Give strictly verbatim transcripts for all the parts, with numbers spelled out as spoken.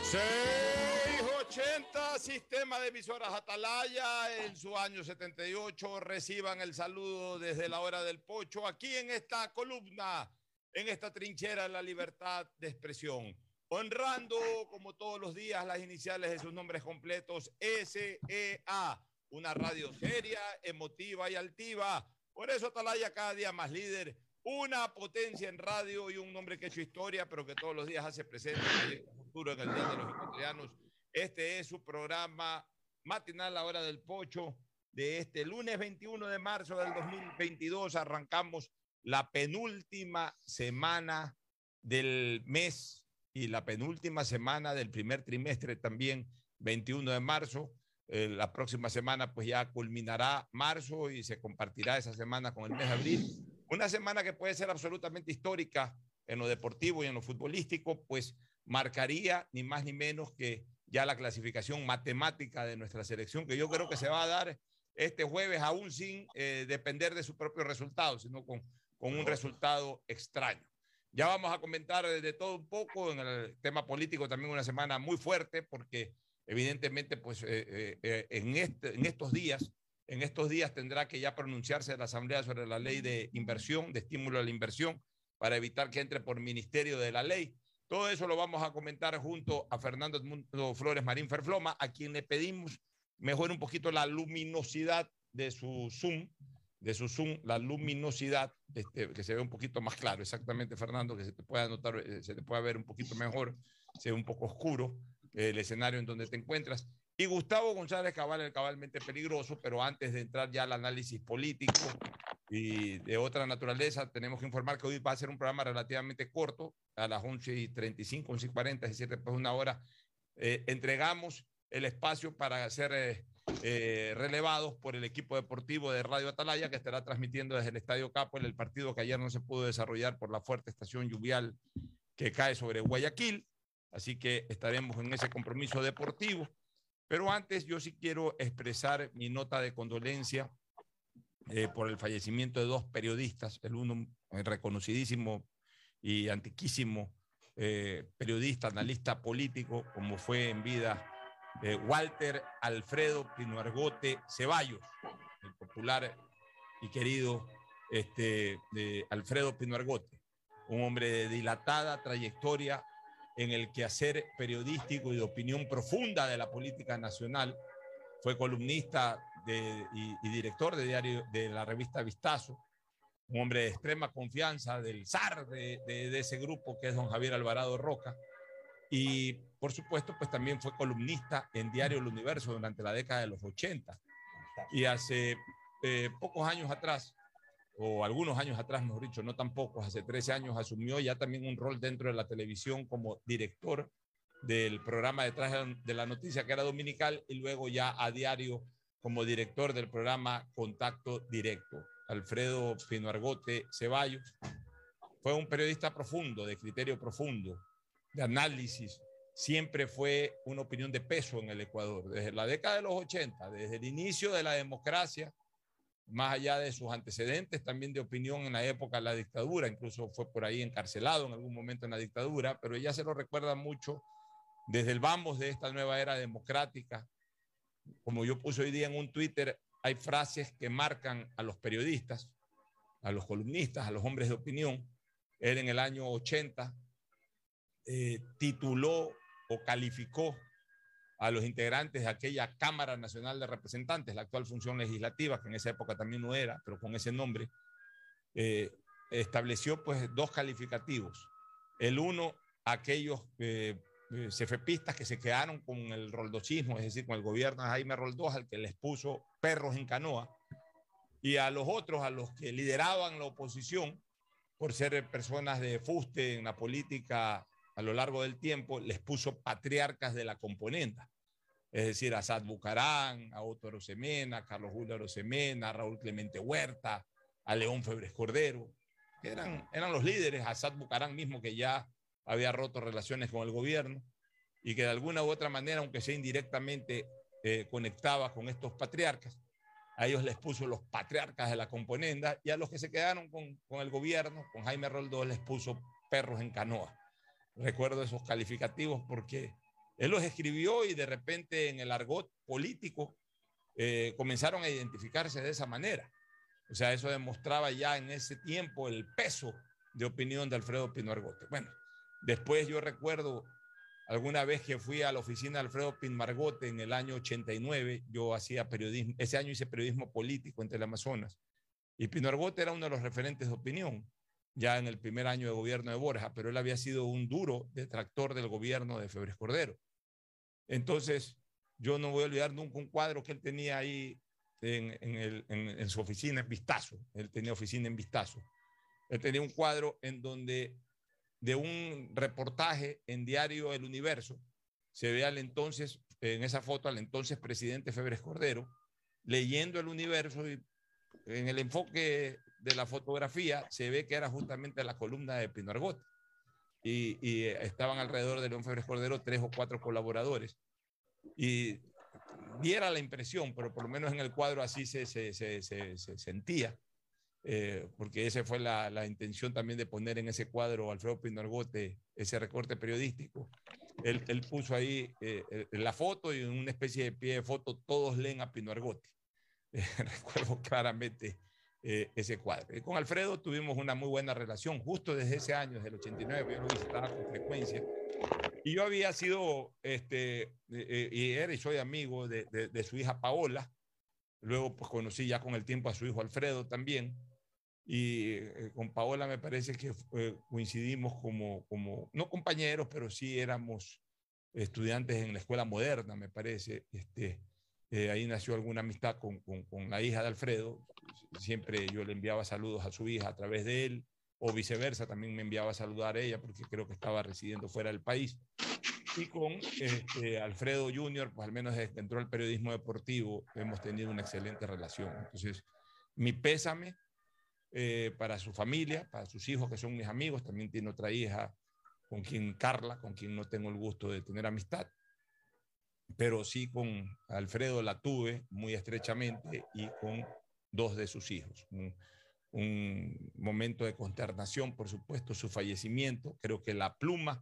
seiscientos ochenta, sistema de emisoras Atalaya, en su año setenta y ocho. Reciban el saludo desde la hora del pocho, aquí en esta columna, en esta trinchera de la libertad de expresión. Honrando, como todos los días, las iniciales de sus nombres completos, S E A, una radio seria, emotiva y altiva. Por eso Atalaya cada día más líder, una potencia en radio y un nombre que ha hecho historia, pero que todos los días hace presente el futuro en el Día de los Ecuatorianos. Este es su programa matinal, la hora del pocho, de este lunes veintiuno de marzo del dos mil veintidós. Arrancamos la penúltima semana del mes y la penúltima semana del primer trimestre también, veintiuno de marzo. Eh, la próxima semana pues ya culminará marzo y se compartirá esa semana con el mes de abril. Una semana que puede ser absolutamente histórica en lo deportivo y en lo futbolístico, pues marcaría ni más ni menos que ya la clasificación matemática de nuestra selección, que yo creo que se va a dar este jueves, aún sin eh, depender de su propio resultado, sino con, con un resultado extraño. Ya vamos a comentar de todo un poco en el tema político, también una semana muy fuerte, porque evidentemente pues eh, eh, en, este, en estos días En estos días tendrá que ya pronunciarse la Asamblea sobre la ley de inversión, de estímulo a la inversión, para evitar que entre por ministerio de la ley. Todo eso lo vamos a comentar junto a Fernando Edmundo Flores Marín Ferfloma, a quien le pedimos mejor un poquito la luminosidad de su Zoom, de su Zoom, la luminosidad, este, que se ve un poquito más claro, exactamente, Fernando, que se te pueda notar, se te pueda ver un poquito mejor, se ve un poco oscuro eh, el escenario en donde te encuentras. Y Gustavo González Cabal, el cabalmente peligroso, pero antes de entrar ya al análisis político y de otra naturaleza, tenemos que informar que hoy va a ser un programa relativamente corto, a las once y treinta y cinco, once y cuarenta, es decir, después de una hora, eh, entregamos el espacio para ser eh, eh, relevados por el equipo deportivo de Radio Atalaya, que estará transmitiendo desde el Estadio Capo el partido que ayer no se pudo desarrollar por la fuerte estación lluvial que cae sobre Guayaquil, así que estaremos en ese compromiso deportivo. Pero antes yo sí quiero expresar mi nota de condolencia eh, por el fallecimiento de dos periodistas, el uno el reconocidísimo y antiquísimo eh, periodista, analista político, como fue en vida eh, Walter Alfredo Pino Argote Ceballos, el popular y querido este, de Alfredo Pino Argote, un hombre de dilatada trayectoria en el quehacer periodístico y de opinión profunda de la política nacional. Fue columnista de, y, y director de diario de la revista Vistazo, un hombre de extrema confianza del zar de, de, de ese grupo que es don Javier Alvarado Roca. Y por supuesto, pues también fue columnista en Diario El Universo durante la década de los ochenta. Y hace eh, pocos años atrás, o algunos años atrás, mejor dicho, no tan pocos, hace trece años, asumió ya también un rol dentro de la televisión como director del programa Detrás de la Noticia, que era dominical, y luego ya a diario como director del programa Contacto Directo. Alfredo Pino Argote Ceballos fue un periodista profundo, de criterio profundo, de análisis. Siempre fue una opinión de peso en el Ecuador, desde la década de los ochenta, desde el inicio de la democracia, más allá de sus antecedentes, también de opinión en la época de la dictadura, incluso fue por ahí encarcelado en algún momento en la dictadura, pero ella se lo recuerda mucho desde el vamos de esta nueva era democrática. Como yo puse hoy día en un Twitter, hay frases que marcan a los periodistas, a los columnistas, a los hombres de opinión. Él en el año ochenta eh, tituló o calificó a los integrantes de aquella Cámara Nacional de Representantes, la actual función legislativa, que en esa época también no era, pero con ese nombre, eh, estableció pues dos calificativos. El uno, aquellos eh, eh, cefepistas que se quedaron con el roldosismo, es decir, con el gobierno de Jaime Roldós, al que les puso perros en canoa, y a los otros, a los que lideraban la oposición, por ser personas de fuste en la política a lo largo del tiempo, les puso patriarcas de la componenda. Es decir, a Sad Bucarán, a Otto Arosemena, a Carlos Julio Arosemena, a Raúl Clemente Huerta, a León Febres Cordero, que eran, eran los líderes, a Sad Bucarán mismo, que ya había roto relaciones con el gobierno y que de alguna u otra manera, aunque sea indirectamente, eh, conectaba con estos patriarcas. A ellos les puso los patriarcas de la componenda, y a los que se quedaron con, con el gobierno, con Jaime Roldós, les puso perros en canoa. Recuerdo esos calificativos porque Él los escribió y de repente en el argot político eh, comenzaron a identificarse de esa manera. O sea, eso demostraba ya en ese tiempo el peso de opinión de Alfredo Pino Argote. Bueno, después yo recuerdo alguna vez que fui a la oficina de Alfredo Pino Argote en el año ochenta y nueve, yo hacía periodismo, ese año hice periodismo político en Teleamazonas, y Pino Argote era uno de los referentes de opinión, ya en el primer año de gobierno de Borja, pero él había sido un duro detractor del gobierno de Febres Cordero. Entonces, yo no voy a olvidar nunca un cuadro que él tenía ahí en, en, el, en, en su oficina en Vistazo. Él tenía oficina en Vistazo. Él tenía un cuadro en donde de un reportaje en diario El Universo se ve al entonces, en esa foto, al entonces presidente Febres Cordero leyendo El Universo, y en el enfoque de la fotografía se ve que era justamente la columna de Pino Argote. Y, y estaban alrededor de León Febres Cordero tres o cuatro colaboradores. Y diera la impresión, pero por lo menos en el cuadro así se, se, se, se, se sentía, eh, porque esa fue la, la intención también de poner en ese cuadro Alfredo Pino Argote, ese recorte periodístico. Él, él puso ahí eh, la foto y en una especie de pie de foto todos leen a Pino Argote. Eh, recuerdo claramente eh, ese cuadro. Y con Alfredo tuvimos una muy buena relación, justo desde ese año, desde el ochenta y nueve, yo lo visitaba con frecuencia. Y yo había sido, este, eh, y era y soy amigo de, de, de su hija Paola. Luego pues conocí ya con el tiempo a su hijo Alfredo también. Y eh, con Paola me parece que eh, coincidimos como, como, no compañeros, pero sí éramos estudiantes en la escuela moderna, me parece. Este, eh, ahí nació alguna amistad con, con, con la hija de Alfredo. Siempre yo le enviaba saludos a su hija a través de él, o viceversa, también me enviaba a saludar a ella porque creo que estaba residiendo fuera del país. Y con este, Alfredo junior, pues al menos desde que entró al periodismo deportivo, hemos tenido una excelente relación. Entonces, mi pésame eh, para su familia, para sus hijos que son mis amigos. También tiene otra hija con quien, Carla, con quien no tengo el gusto de tener amistad, pero sí con Alfredo la tuve muy estrechamente, y con dos de sus hijos. Un, un momento de consternación, por supuesto, su fallecimiento. Creo que la pluma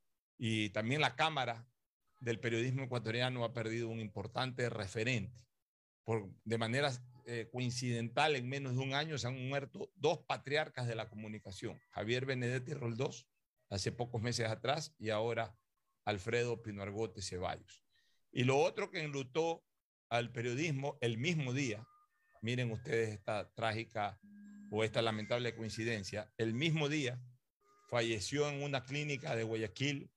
y también la cámara del periodismo ecuatoriano ha perdido un importante referente. Por, de manera eh, coincidental, en menos de un año se han muerto dos patriarcas de la comunicación, Javier Benedetti Roldós, hace pocos meses atrás, y ahora Alfredo Pino Argote Ceballos. Y lo otro que enlutó al periodismo el mismo día, miren ustedes esta trágica o esta lamentable coincidencia, el mismo día falleció en una clínica de Guayaquil,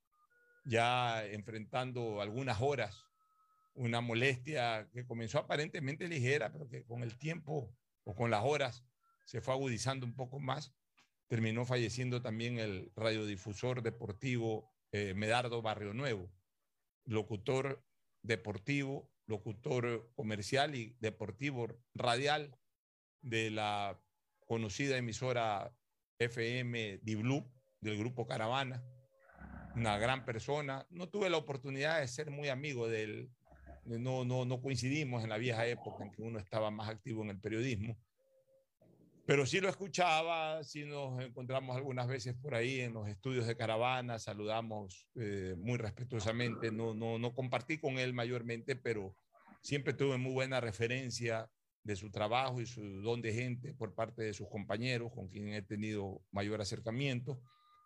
ya enfrentando algunas horas una molestia que comenzó aparentemente ligera, pero que con el tiempo o con las horas se fue agudizando un poco más. Terminó falleciendo también el radiodifusor deportivo eh, Medardo Barrio Nuevo, locutor deportivo, locutor comercial y deportivo radial de la conocida emisora F M Di-Blue del grupo Caravana. Una gran persona. No tuve la oportunidad de ser muy amigo de él. No, no, no coincidimos en la vieja época en que uno estaba más activo en el periodismo, pero sí lo escuchaba, sí nos encontramos algunas veces por ahí en los estudios de Caravana, saludamos eh, muy respetuosamente. No, no, no compartí con él mayormente, pero siempre tuve muy buena referencia de su trabajo y su don de gente por parte de sus compañeros con quienes he tenido mayor acercamiento.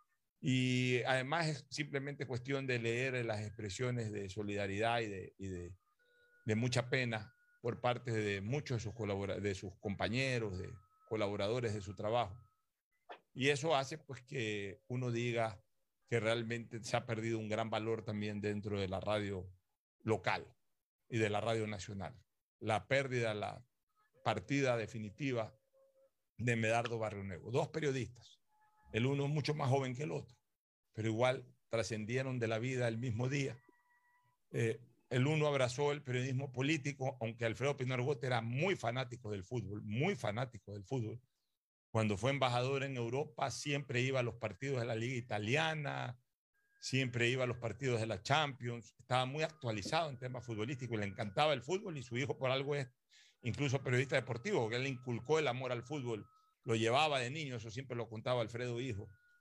Y además es simplemente cuestión de leer las expresiones de solidaridad y de, y de, de mucha pena por parte de muchos de sus, colabora de sus compañeros, de colaboradores de su trabajo. Y eso hace pues que uno diga que realmente se ha perdido un gran valor también dentro de la radio local y de la radio nacional. La pérdida, la partida definitiva de Medardo Barrio Nuevo. Dos periodistas, el uno es mucho más joven que el otro, pero igual trascendieron de la vida el mismo día. Eh, el uno abrazó el periodismo político, aunque Alfredo Pino Argote era muy fanático del fútbol, muy fanático del fútbol. Cuando fue embajador en Europa, siempre iba a los partidos de la Liga Italiana, siempre iba a los partidos de la Champions, estaba muy actualizado en temas futbolísticos, le encantaba el fútbol, y su hijo por algo es incluso periodista deportivo, porque él le inculcó el amor al fútbol, lo llevaba de niño, eso siempre lo contaba Alfredo hijo,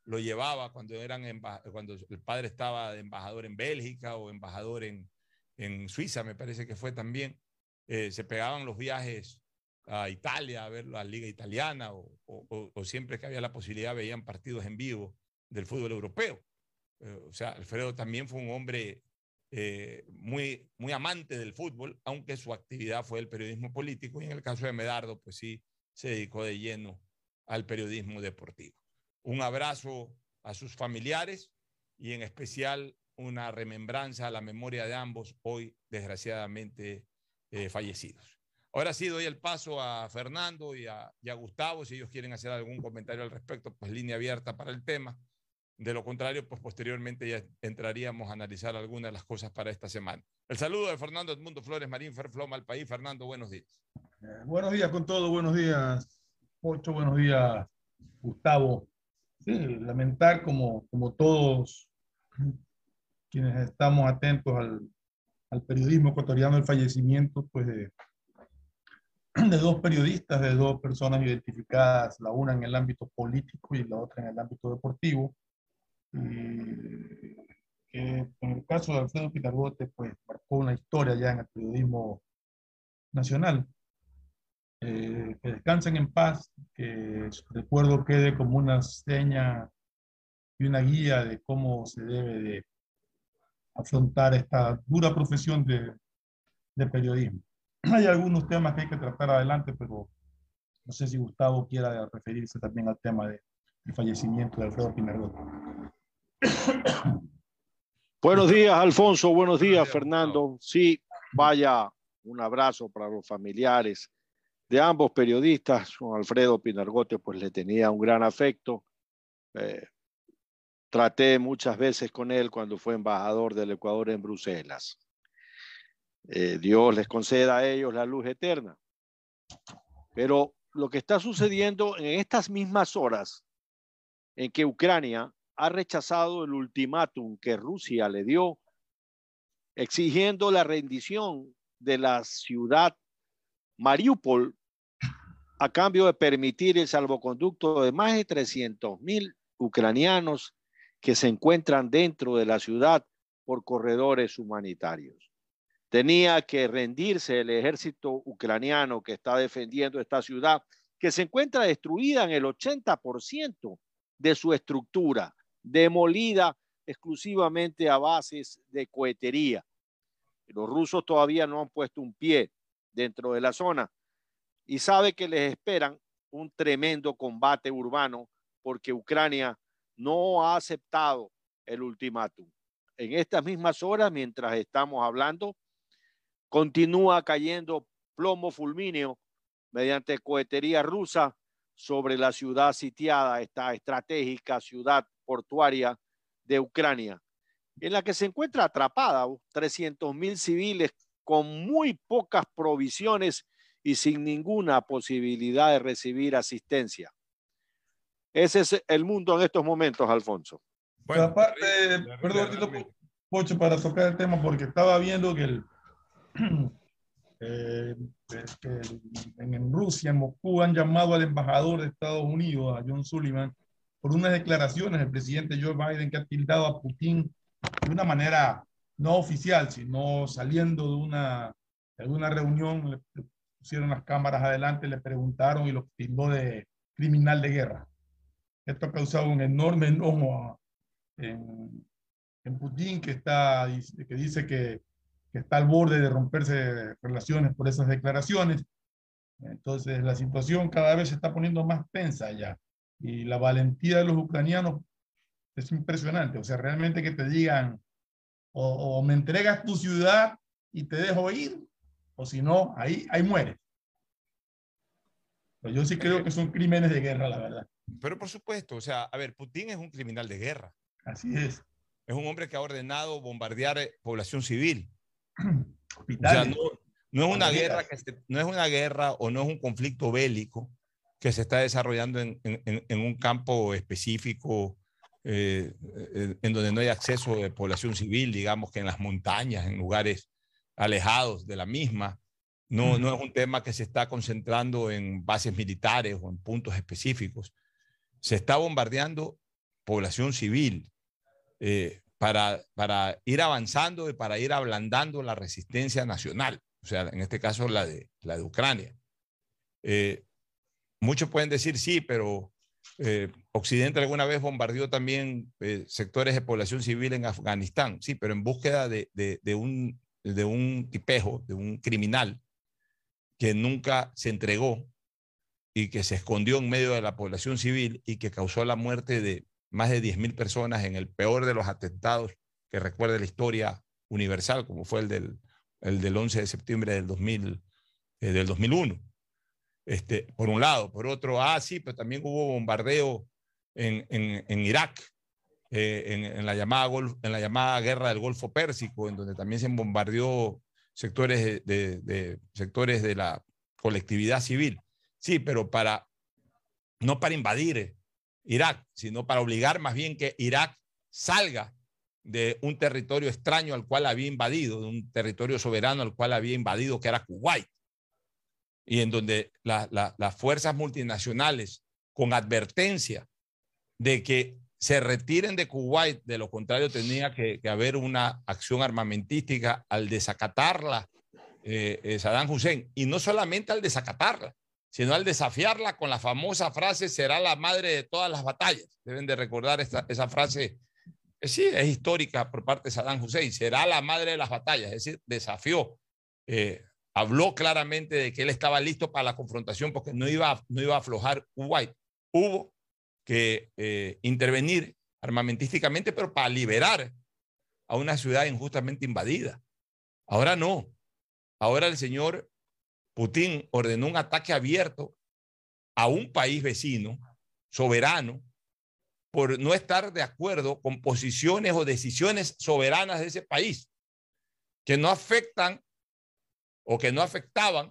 lo llevaba cuando, eran cuando el padre estaba de embajador en Bélgica o embajador en, en Suiza, me parece que fue también. Eh, se pegaban los viajes a Italia a ver la liga italiana o, o, o siempre que había la posibilidad veían partidos en vivo del fútbol europeo. Eh, o sea, Alfredo también fue un hombre eh, muy, muy amante del fútbol, aunque su actividad fue el periodismo político, y en el caso de Medardo, pues sí, se dedicó de lleno al periodismo deportivo. Un abrazo a sus familiares y en especial una remembranza a la memoria de ambos, hoy desgraciadamente eh, fallecidos. Ahora sí doy el paso a Fernando y a, y a Gustavo, si ellos quieren hacer algún comentario al respecto, pues línea abierta para el tema. De lo contrario, pues posteriormente ya entraríamos a analizar algunas de las cosas para esta semana. El saludo de Fernando Edmundo Flores Marín, Ferfloma al país. Fernando, buenos días. Eh, buenos días con todo, buenos días, Pocho, buenos días, Gustavo. Sí, lamentar como, como todos quienes estamos atentos al, al periodismo ecuatoriano el fallecimiento pues, de, de dos periodistas, de dos personas identificadas, la una en el ámbito político y la otra en el ámbito deportivo. Y que en el caso de Alfredo Pinargote, pues marcó una historia ya en el periodismo nacional. Eh, que descansen en paz, que su recuerdo quede como una seña y una guía de cómo se debe de afrontar esta dura profesión de, de periodismo. Hay algunos temas que hay que tratar adelante, pero no sé si Gustavo quiera referirse también al tema de, del fallecimiento de Alfredo Pinargote. Buenos días, Alfonso. Buenos días, Fernando. Sí, vaya, un abrazo para los familiares de ambos periodistas. Con Alfredo Pinargote, pues le tenía un gran afecto. Eh, traté muchas veces con él cuando fue embajador del Ecuador en Bruselas. Eh, Dios les conceda a ellos la luz eterna. Pero lo que está sucediendo en estas mismas horas en que Ucrania ha rechazado el ultimátum que Rusia le dio, exigiendo la rendición de la ciudad Mariupol a cambio de permitir el salvoconducto de más de trescientos mil ucranianos que se encuentran dentro de la ciudad por corredores humanitarios. Tenía que rendirse el ejército ucraniano que está defendiendo esta ciudad, que se encuentra destruida en el ochenta por ciento de su estructura, demolida exclusivamente a bases de cohetería. Los rusos todavía no han puesto un pie dentro de la zona y sabe que les esperan un tremendo combate urbano porque Ucrania no ha aceptado el ultimátum. En estas mismas horas, mientras estamos hablando, continúa cayendo plomo fulmíneo mediante cohetería rusa sobre la ciudad sitiada, esta estratégica ciudad portuaria de Ucrania, en la que se encuentra atrapada trescientos mil civiles con muy pocas provisiones y sin ninguna posibilidad de recibir asistencia. Ese es el mundo en estos momentos, Alfonso. Bueno, aparte, perdón, Pocho, para tocar el tema, porque estaba viendo que el Eh, que en, en Rusia, en Moscú, han llamado al embajador de Estados Unidos, a John Sullivan, por unas declaraciones del presidente Joe Biden que ha tildado a Putin de una manera no oficial, sino saliendo de una, de una reunión, le pusieron las cámaras adelante, le preguntaron y lo tildó de criminal de guerra. Esto ha causado un enorme enojo en, en Putin, que, está, que dice que que está al borde de romperse relaciones por esas declaraciones. Entonces la situación cada vez se está poniendo más tensa ya. Y la valentía de los ucranianos es impresionante. O sea, realmente que te digan o, o me entregas tu ciudad y te dejo ir, o si no, ahí, ahí mueres. Pero yo sí creo que son crímenes de guerra, la verdad. Pero por supuesto, o sea, a ver, Putin es un criminal de guerra. Así es. Es un hombre que ha ordenado bombardear población civil. O sea, no, no, es una guerra que se, no es una guerra o no es un conflicto bélico que se está desarrollando en, en, en un campo específico eh, en donde no hay acceso de población civil, digamos que en las montañas, en lugares alejados de la misma. No, no es un tema que se está concentrando en bases militares o en puntos específicos. Se está bombardeando población civil, eh, para, para ir avanzando y para ir ablandando la resistencia nacional, o sea, en este caso la de, la de Ucrania. Eh, muchos pueden decir sí, pero eh, Occidente alguna vez bombardeó también eh, sectores de población civil en Afganistán, sí, pero en búsqueda de, de, de, un, de un tipejo, de un criminal que nunca se entregó y que se escondió en medio de la población civil y que causó la muerte de más de diez mil personas en el peor de los atentados que recuerda la historia universal, como fue el del, el del once de septiembre del, dos mil, eh, del dos mil uno. Este, por un lado. Por otro, ah, sí, pero también hubo bombardeo en, en, en Irak, eh, en, en, la llamada Golf, en la llamada guerra del Golfo Pérsico, en donde también se bombardeó sectores de, de, de, sectores de la colectividad civil. Sí, pero para, no para invadir Irak, sino para obligar más bien que Irak salga de un territorio extraño al cual había invadido, de un territorio soberano al cual había invadido, que era Kuwait, y en donde la, la, las fuerzas multinacionales, con advertencia de que se retiren de Kuwait, de lo contrario tenía que, que haber una acción armamentística al desacatarla eh, eh, Saddam Hussein, y no solamente al desacatarla, sino al desafiarla con la famosa frase, será la madre de todas las batallas. Deben de recordar esta, esa frase, eh, sí, es histórica por parte de Saddam Hussein, será la madre de las batallas, es decir, desafió, eh, habló claramente de que él estaba listo para la confrontación porque no iba, no iba a aflojar Kuwait. Hubo que eh, intervenir armamentísticamente, pero para liberar a una ciudad injustamente invadida. Ahora no. Ahora el señor Putin ordenó un ataque abierto a un país vecino, soberano, por no estar de acuerdo con posiciones o decisiones soberanas de ese país, que no afectan o que no afectaban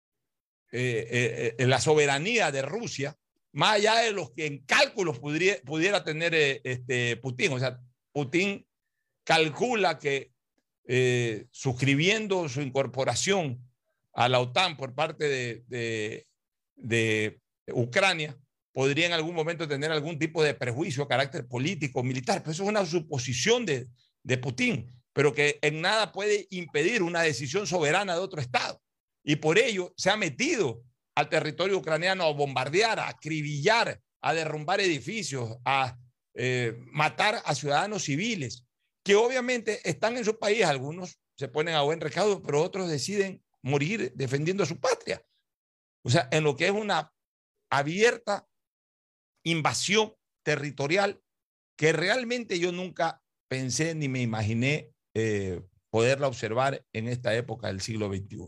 eh, eh, eh, la soberanía de Rusia, más allá de los que en cálculos pudiera, pudiera tener eh, este, Putin. O sea, Putin calcula que eh, suscribiendo su incorporación a la OTAN por parte de, de, de Ucrania, podría en algún momento tener algún tipo de prejuicio de carácter político o militar. Pero eso es una suposición de, de Putin, pero que en nada puede impedir una decisión soberana de otro Estado. Y por ello se ha metido al territorio ucraniano a bombardear, a acribillar, a derrumbar edificios, a eh, matar a ciudadanos civiles, que obviamente están en su país. Algunos se ponen a buen recaudo, pero otros deciden morir defendiendo a su patria. O sea, en lo que es una abierta invasión territorial que realmente yo nunca pensé ni me imaginé eh, poderla observar en esta época del siglo veintiuno.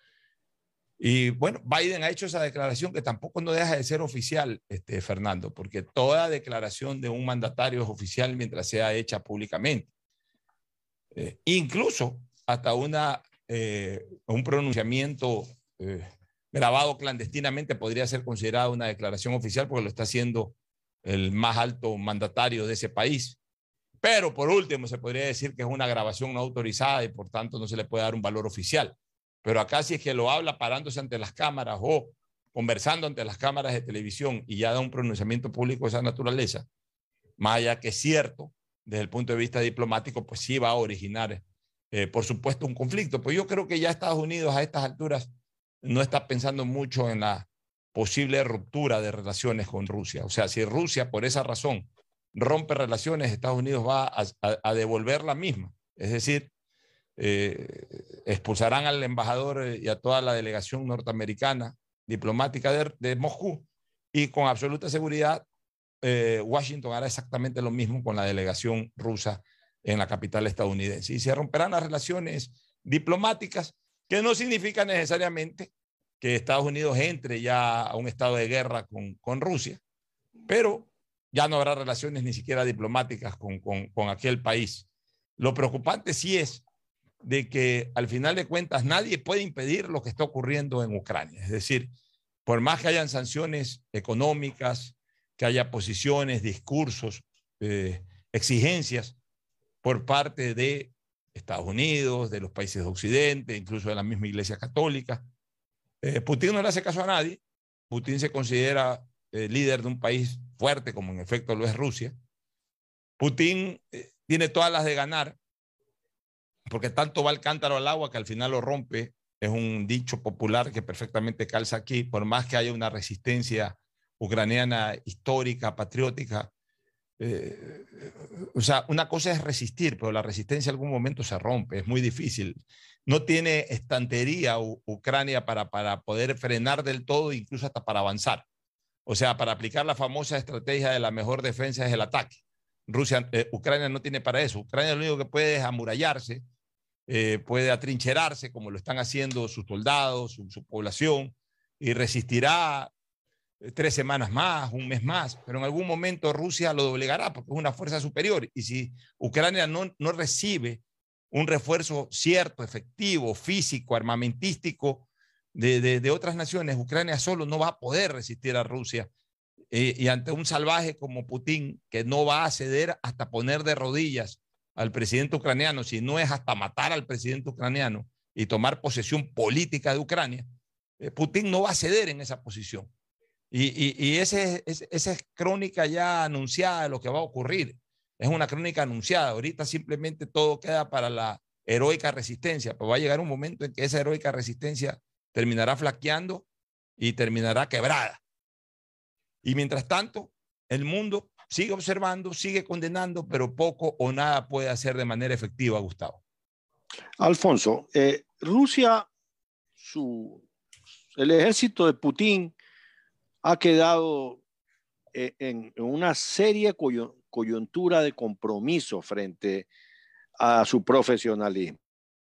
Y bueno, Biden ha hecho esa declaración que tampoco no deja de ser oficial, este, Fernando, porque toda declaración de un mandatario es oficial mientras sea hecha públicamente. Eh, incluso hasta una, eh, un pronunciamiento eh, grabado clandestinamente podría ser considerado una declaración oficial porque lo está haciendo el más alto mandatario de ese país. Pero por último se podría decir que es una grabación no autorizada y por tanto no se le puede dar un valor oficial. Pero acá si es que lo habla parándose ante las cámaras o conversando ante las cámaras de televisión y ya da un pronunciamiento público de esa naturaleza, más allá que es cierto, desde el punto de vista diplomático, pues sí va a originar, eh, por supuesto, un conflicto. Pues yo creo que ya Estados Unidos a estas alturas no está pensando mucho en la posible ruptura de relaciones con Rusia. O sea, si Rusia por esa razón rompe relaciones, Estados Unidos va a, a, a devolver la misma. Es decir, eh, expulsarán al embajador y a toda la delegación norteamericana diplomática de, de Moscú, y con absoluta seguridad eh, Washington hará exactamente lo mismo con la delegación rusa en la capital estadounidense. Y se romperán las relaciones diplomáticas, que no significa necesariamente que Estados Unidos entre ya a un estado de guerra con, con Rusia, pero ya no habrá relaciones ni siquiera diplomáticas con, con, con aquel país. Lo preocupante sí es de que al final de cuentas nadie puede impedir lo que está ocurriendo en Ucrania. Es decir, por más que hayan sanciones económicas, que haya posiciones, discursos, eh, exigencias por parte de Estados Unidos, de los países de Occidente, incluso de la misma Iglesia Católica, eh, Putin no le hace caso a nadie. Putin se considera eh, líder de un país fuerte, como en efecto lo es Rusia, Putin eh, tiene todas las de ganar, porque tanto va el cántaro al agua que al final lo rompe. Es un dicho popular que perfectamente calza aquí, por más que haya una resistencia ucraniana histórica, patriótica. Eh, o sea, una cosa es resistir, pero la resistencia en algún momento se rompe, es muy difícil. No tiene estantería U Ucrania para, para poder frenar del todo, incluso hasta para avanzar. O sea, para aplicar la famosa estrategia de la mejor defensa es el ataque. Rusia, eh, Ucrania no tiene para eso. Ucrania lo único que puede es amurallarse, eh, puede atrincherarse, como lo están haciendo sus soldados, su, su población, y resistirá tres semanas más, un mes más, pero en algún momento Rusia lo doblegará porque es una fuerza superior. Y si Ucrania no, no recibe un refuerzo cierto, efectivo, físico, armamentístico de, de, de otras naciones, Ucrania solo no va a poder resistir a Rusia. Eh, y ante un salvaje como Putin, que no va a ceder hasta poner de rodillas al presidente ucraniano, si no es hasta matar al presidente ucraniano y tomar posesión política de Ucrania, eh, Putin no va a ceder en esa posición. Y, y, y ese, ese, esa es crónica ya anunciada de lo que va a ocurrir. Es una crónica anunciada. Ahorita simplemente todo queda para la heroica resistencia, pero va a llegar un momento en que esa heroica resistencia terminará flaqueando y terminará quebrada. Y mientras tanto, el mundo sigue observando, sigue condenando, pero poco o nada puede hacer de manera efectiva, Gustavo. Alfonso, eh, Rusia, su, el ejército de Putin ha quedado eh, en, en una seria coyuntura de compromiso frente a su profesionalismo.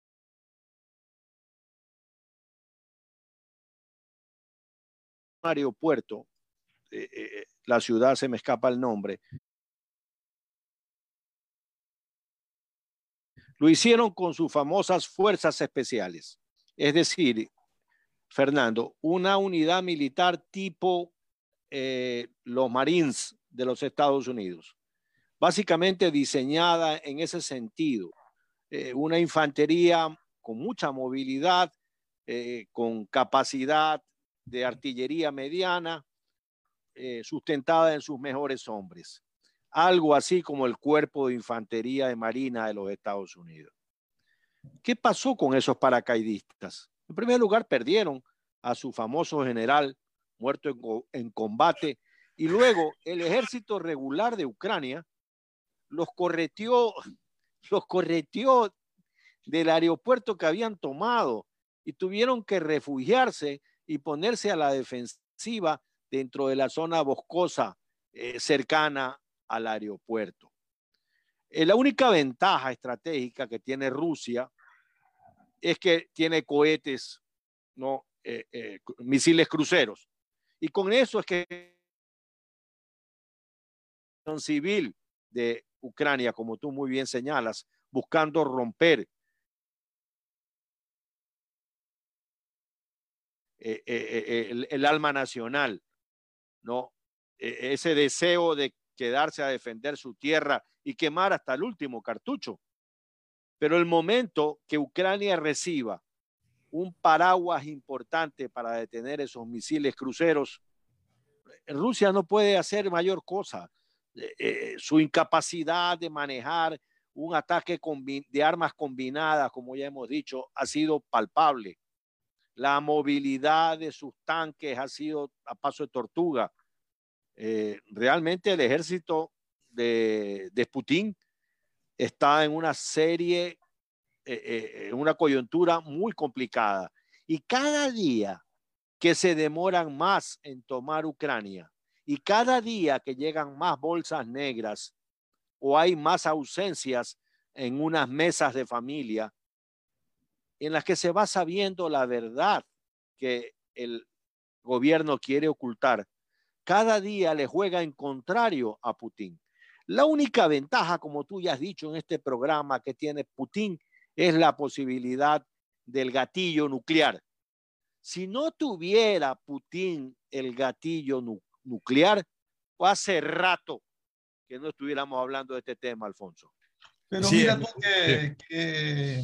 Aeropuerto, eh, eh, la ciudad se me escapa el nombre, lo hicieron con sus famosas fuerzas especiales, es decir, Fernando, una unidad militar tipo eh, los Marines de los Estados Unidos, básicamente diseñada en ese sentido, eh, una infantería con mucha movilidad, eh, con capacidad de artillería mediana, eh, sustentada en sus mejores hombres, algo así como el Cuerpo de Infantería de Marina de los Estados Unidos. ¿Qué pasó con esos paracaidistas? En primer lugar, perdieron a su famoso general muerto en, en combate, y luego el ejército regular de Ucrania los correteó, los correteó del aeropuerto que habían tomado y tuvieron que refugiarse y ponerse a la defensiva dentro de la zona boscosa eh, cercana al aeropuerto. Eh, la única ventaja estratégica que tiene Rusia es que tiene cohetes, ¿no? Eh, eh, misiles cruceros. Y con eso es que la civil de Ucrania, como tú muy bien señalas, buscando romper eh, eh, el, el alma nacional, ¿no? Eh, ese deseo de quedarse a defender su tierra y quemar hasta el último cartucho. Pero el momento que Ucrania reciba un paraguas importante para detener esos misiles cruceros, Rusia no puede hacer mayor cosa. Eh, eh, su incapacidad de manejar un ataque de armas combinadas, como ya hemos dicho, ha sido palpable. La movilidad de sus tanques ha sido a paso de tortuga. Eh, realmente el ejército de, de Putin está en una serie, eh, eh, en una coyuntura muy complicada. Y cada día que se demoran más en tomar Ucrania y cada día que llegan más bolsas negras o hay más ausencias en unas mesas de familia en las que se va sabiendo la verdad que el gobierno quiere ocultar, cada día le juega en contrario a Putin. La única ventaja, como tú ya has dicho en este programa, que tiene Putin es la posibilidad del gatillo nuclear. Si no tuviera Putin el gatillo nu nuclear, pues hace rato que no estuviéramos hablando de este tema, Alfonso. Pero sí, mira tú sí. que, que,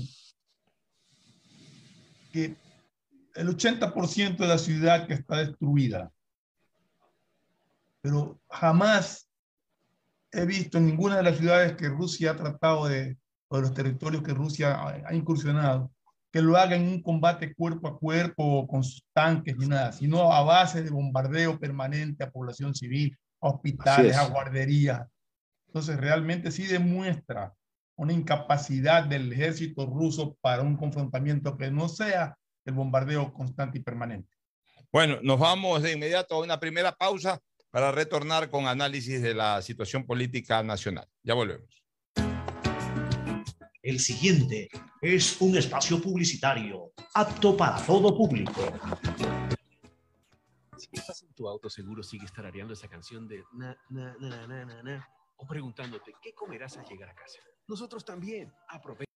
que el ochenta por ciento de la ciudad que está destruida, pero jamás he visto en ninguna de las ciudades que Rusia ha tratado de, o de los territorios que Rusia ha, ha incursionado, que lo haga en un combate cuerpo a cuerpo con sus tanques ni nada, sino a base de bombardeo permanente a población civil, a Así hospitales, a es. guarderías. Entonces realmente sí demuestra una incapacidad del ejército ruso para un confrontamiento que no sea el bombardeo constante y permanente. Bueno, nos vamos de inmediato a una primera pausa para retornar con análisis de la situación política nacional. Ya volvemos. El siguiente es un espacio publicitario apto para todo público. Si estás en tu auto, seguro sigues tarareando esa canción de na, na, na, na, na, na, o preguntándote qué comerás al llegar a casa. Nosotros también. Aprovecha.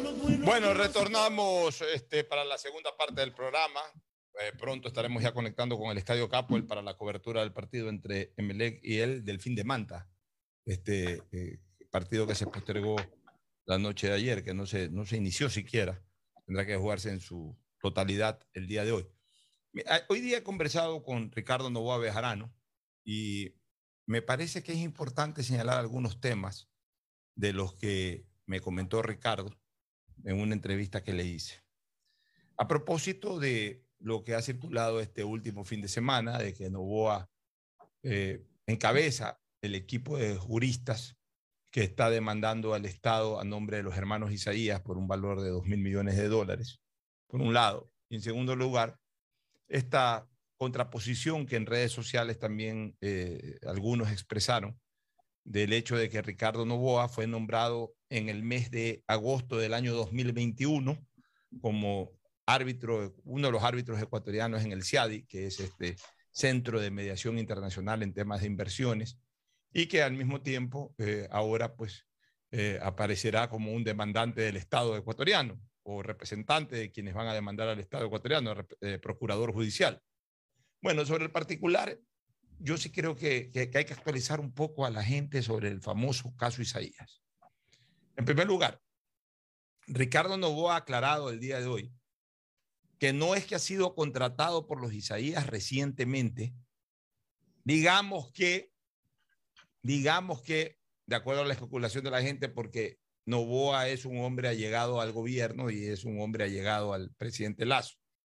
Bueno, retornamos este, para la segunda parte del programa. Eh, pronto estaremos ya conectando con el Estadio Capoel para la cobertura del partido entre Emelec y el Delfín de Manta. Este eh, partido que se postergó la noche de ayer, que no se, no se inició siquiera. Tendrá que jugarse en su totalidad el día de hoy. Hoy día he conversado con Ricardo Novoa Bejarano y me parece que es importante señalar algunos temas de los que me comentó Ricardo en una entrevista que le hice. A propósito de lo que ha circulado este último fin de semana, de que Novoa eh, encabeza el equipo de juristas que está demandando al Estado a nombre de los hermanos Isaías por un valor de dos mil millones de dólares, por un lado. Y en segundo lugar, esta contraposición que en redes sociales también eh, algunos expresaron del hecho de que Ricardo Novoa fue nombrado en el mes de agosto del año dos mil veintiuno como árbitro, uno de los árbitros ecuatorianos en el C I A D I, que es este Centro de Mediación Internacional en temas de inversiones, y que al mismo tiempo eh, ahora pues eh, aparecerá como un demandante del Estado ecuatoriano o representante de quienes van a demandar al Estado ecuatoriano, eh, procurador judicial. Bueno, sobre el particular, yo sí creo que, que, que hay que actualizar un poco a la gente sobre el famoso caso Isaías. En primer lugar, Ricardo Novoa ha aclarado el día de hoy que no es que ha sido contratado por los Isaías recientemente, digamos que, digamos que, de acuerdo a la especulación de la gente, porque Novoa es un hombre allegado al gobierno y es un hombre allegado al presidente Lasso.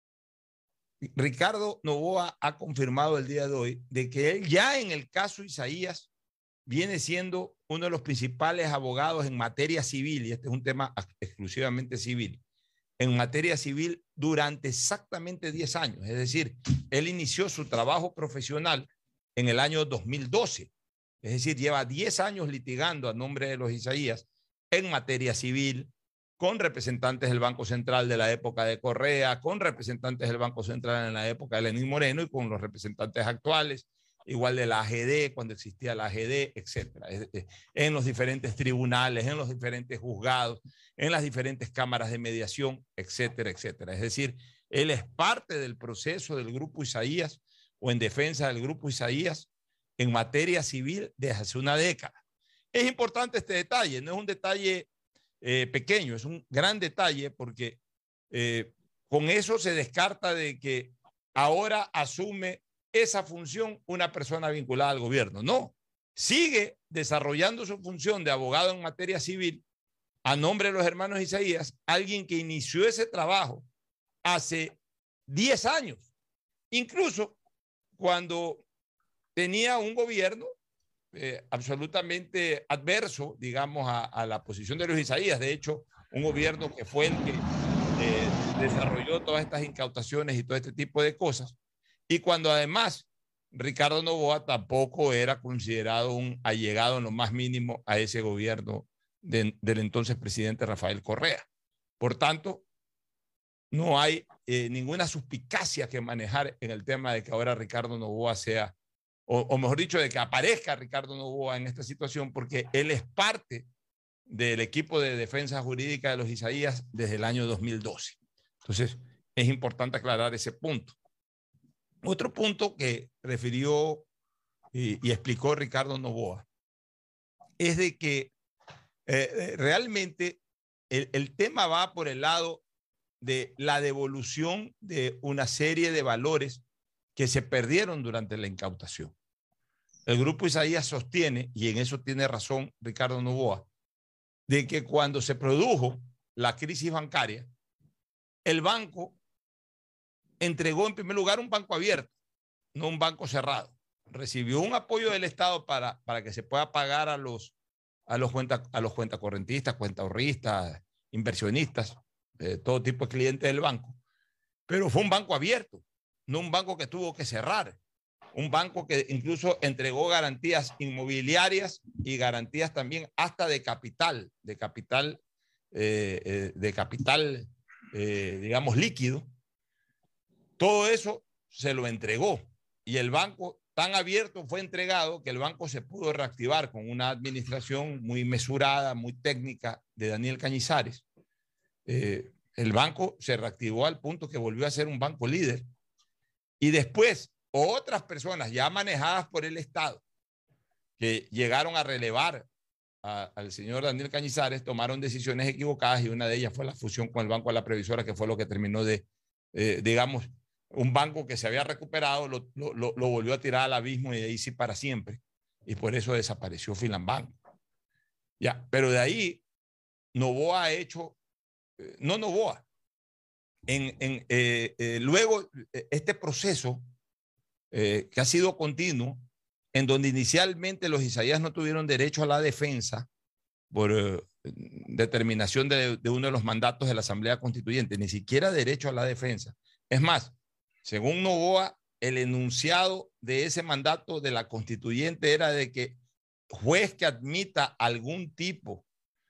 Ricardo Novoa ha confirmado el día de hoy de que él ya en el caso Isaías viene siendo uno de los principales abogados en materia civil, y este es un tema exclusivamente civil, en materia civil durante exactamente diez años. Es decir, él inició su trabajo profesional en el año dos mil doce. Es decir, lleva diez años litigando a nombre de los Isaías en materia civil, con representantes del Banco Central de la época de Correa, con representantes del Banco Central en la época de Lenín Moreno y con los representantes actuales, igual de la A G D, cuando existía la A G D, etcétera. En los diferentes tribunales, en los diferentes juzgados, en las diferentes cámaras de mediación, etcétera, etcétera. Es decir, él es parte del proceso del Grupo Isaías o en defensa del Grupo Isaías en materia civil desde hace una década. Es importante este detalle, no es un detalle eh, pequeño, es un gran detalle porque eh, con eso se descarta de que ahora asume esa función una persona vinculada al gobierno. No, sigue desarrollando su función de abogado en materia civil a nombre de los hermanos Isaías, alguien que inició ese trabajo hace diez años, incluso cuando tenía un gobierno eh, absolutamente adverso, digamos, a, a la posición de los Isaías. De hecho, un gobierno que fue el que eh, desarrolló todas estas incautaciones y todo este tipo de cosas. Y cuando además Ricardo Novoa tampoco era considerado un allegado en lo más mínimo a ese gobierno de, del entonces presidente Rafael Correa. Por tanto, no hay eh, ninguna suspicacia que manejar en el tema de que ahora Ricardo Novoa sea, o, o mejor dicho, de que aparezca Ricardo Novoa en esta situación, porque él es parte del equipo de defensa jurídica de los Isaías desde el año dos mil doce. Entonces, es importante aclarar ese punto. Otro punto que refirió y, y explicó Ricardo Novoa es de que eh, realmente el, el tema va por el lado de la devolución de una serie de valores que se perdieron durante la incautación. El Grupo Isaías sostiene, y en eso tiene razón Ricardo Novoa, de que cuando se produjo la crisis bancaria, el banco entregó en primer lugar un banco abierto, no un banco cerrado. Recibió un apoyo del Estado para, para que se pueda pagar a los, a los, cuenta, a los cuentacorrentistas, cuentahorristas, inversionistas, eh, todo tipo de clientes del banco. Pero fue un banco abierto, no un banco que tuvo que cerrar. Un banco que incluso entregó garantías inmobiliarias y garantías también hasta de capital, de capital, eh, eh, de capital eh, digamos, líquido. Todo eso se lo entregó y el banco tan abierto fue entregado que el banco se pudo reactivar con una administración muy mesurada, muy técnica de Daniel Cañizares. eh, el banco se reactivó al punto que volvió a ser un banco líder. Y después, otras personas ya manejadas por el Estado, que llegaron a relevar a, al señor Daniel Cañizares, tomaron decisiones equivocadas y una de ellas fue la fusión con el Banco de la Previsora, que fue lo que terminó de, eh, digamos, un banco que se había recuperado, lo, lo, lo, lo volvió a tirar al abismo y de ahí sí para siempre. Y por eso desapareció Filambank. Ya, pero de ahí Noboa ha hecho, eh, no Noboa, en, en, eh, eh, luego este proceso eh, que ha sido continuo, en donde inicialmente los Isaías no tuvieron derecho a la defensa por eh, determinación de, de uno de los mandatos de la Asamblea Constituyente, ni siquiera derecho a la defensa. Es más, según Noboa, el enunciado de ese mandato de la Constituyente era de que juez que admita algún tipo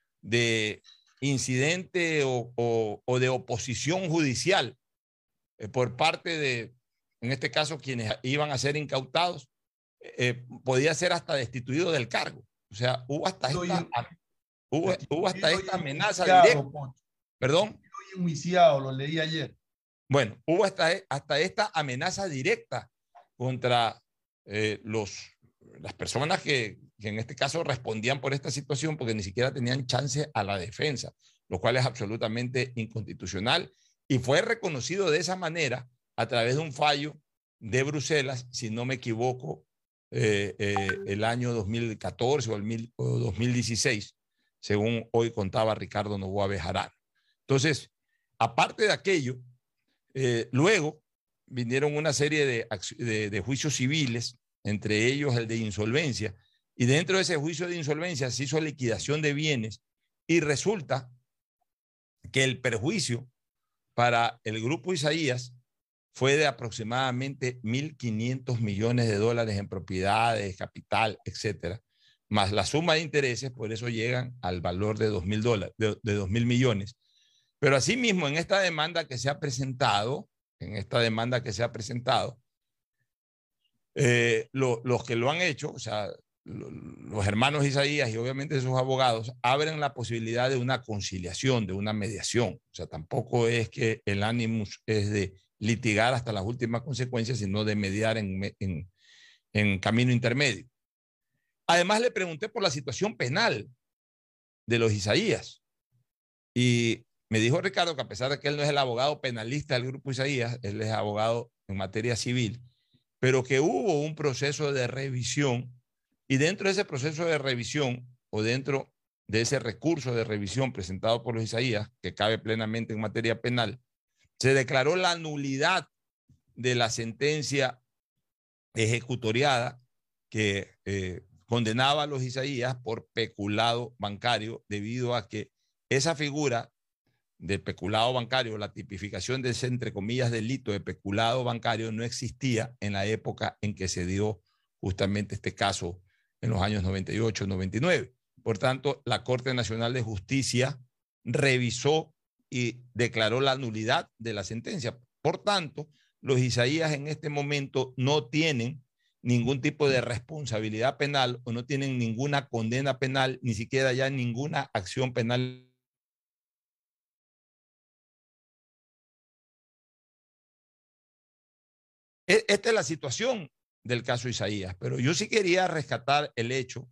de incidente o, o, o de oposición judicial eh, por parte de, en este caso, quienes iban a ser incautados, eh, podía ser hasta destituido del cargo. O sea, hubo hasta esta, hubo, hubo hasta esta amenaza directa. Perdón. Enjuiciado, lo leí ayer. Bueno, hubo hasta, hasta esta amenaza directa contra eh, los, las personas que, que en este caso respondían por esta situación, porque ni siquiera tenían chance a la defensa, lo cual es absolutamente inconstitucional y fue reconocido de esa manera a través de un fallo de Bruselas, si no me equivoco, eh, eh, el año dos mil catorce o el mil, o dos mil dieciséis, según hoy contaba Ricardo Noboa Bejarano. Entonces, aparte de aquello, eh, luego vinieron una serie de, de, de juicios civiles, entre ellos el de insolvencia, y dentro de ese juicio de insolvencia se hizo liquidación de bienes y resulta que el perjuicio para el grupo Isaías fue de aproximadamente mil quinientos millones de dólares en propiedades, capital, etcétera, más la suma de intereses, por eso llegan al valor de dos mil dólares, de, de dos mil millones. Pero asimismo, en esta demanda que se ha presentado, en esta demanda que se ha presentado, eh, lo, los que lo han hecho, o sea, lo, los hermanos Isaías y obviamente sus abogados, abren la posibilidad de una conciliación, de una mediación. O sea, tampoco es que el ánimos es de litigar hasta las últimas consecuencias, sino de mediar en, en, en camino intermedio. Además, le pregunté por la situación penal de los Isaías y me dijo Ricardo que a pesar de que él no es el abogado penalista del grupo Isaías, él es abogado en materia civil, pero que hubo un proceso de revisión y dentro de ese proceso de revisión o dentro de ese recurso de revisión presentado por los Isaías, que cabe plenamente en materia penal, se declaró la nulidad de la sentencia ejecutoriada que eh, condenaba a los Isaías por peculado bancario, debido a que esa figura de peculado bancario, la tipificación de ese, entre comillas, delito de peculado bancario no existía en la época en que se dio justamente este caso en los años noventa y ocho, noventa y nueve. Por tanto, la Corte Nacional de Justicia revisó y declaró la nulidad de la sentencia. Por tanto, los Isaías en este momento no tienen ningún tipo de responsabilidad penal o no tienen ninguna condena penal, ni siquiera ya ninguna acción penal. Esta es la situación del caso Isaías, pero yo sí quería rescatar el hecho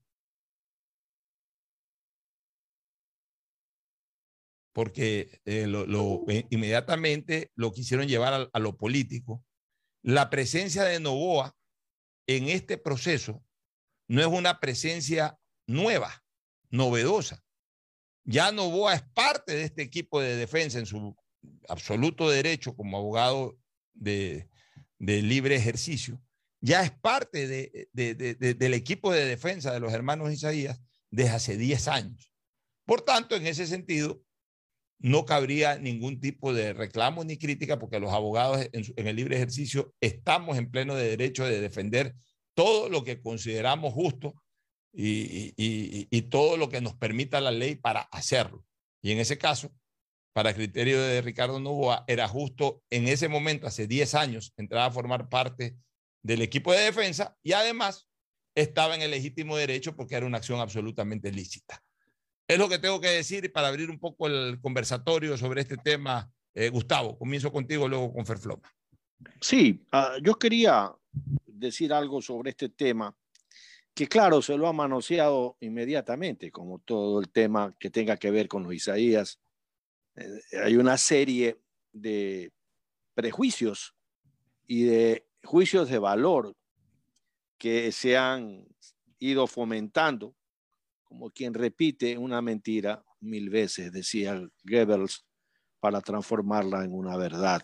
porque eh, lo, lo, eh, inmediatamente lo quisieron llevar a, a lo político. La presencia de Noboa en este proceso no es una presencia nueva, novedosa. Ya Noboa es parte de este equipo de defensa en su absoluto derecho como abogado de, de libre ejercicio. Ya es parte de, de, de, de, del equipo de defensa de los hermanos Isaías desde hace diez años. Por tanto, en ese sentido, no cabría ningún tipo de reclamo ni crítica porque los abogados en, en el libre ejercicio estamos en pleno de derecho de defender todo lo que consideramos justo y, y, y, y todo lo que nos permita la ley para hacerlo. Y en ese caso, para criterio de Ricardo Noboa, era justo en ese momento, hace diez años, entrar a formar parte del equipo de defensa y además estaba en el legítimo derecho porque era una acción absolutamente lícita. Es lo que tengo que decir para abrir un poco el conversatorio sobre este tema. Eh, Gustavo, comienzo contigo, luego con Ferfloma. Sí, uh, yo quería decir algo sobre este tema, que claro, se lo ha manoseado inmediatamente, como todo el tema que tenga que ver con los Isaías. Eh, hay una serie de prejuicios y de juicios de valor que se han ido fomentando, como quien repite una mentira mil veces, decía Goebbels, para transformarla en una verdad.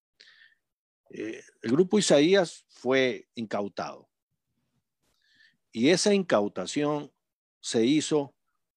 Eh, el grupo Isaías fue incautado y esa incautación se hizo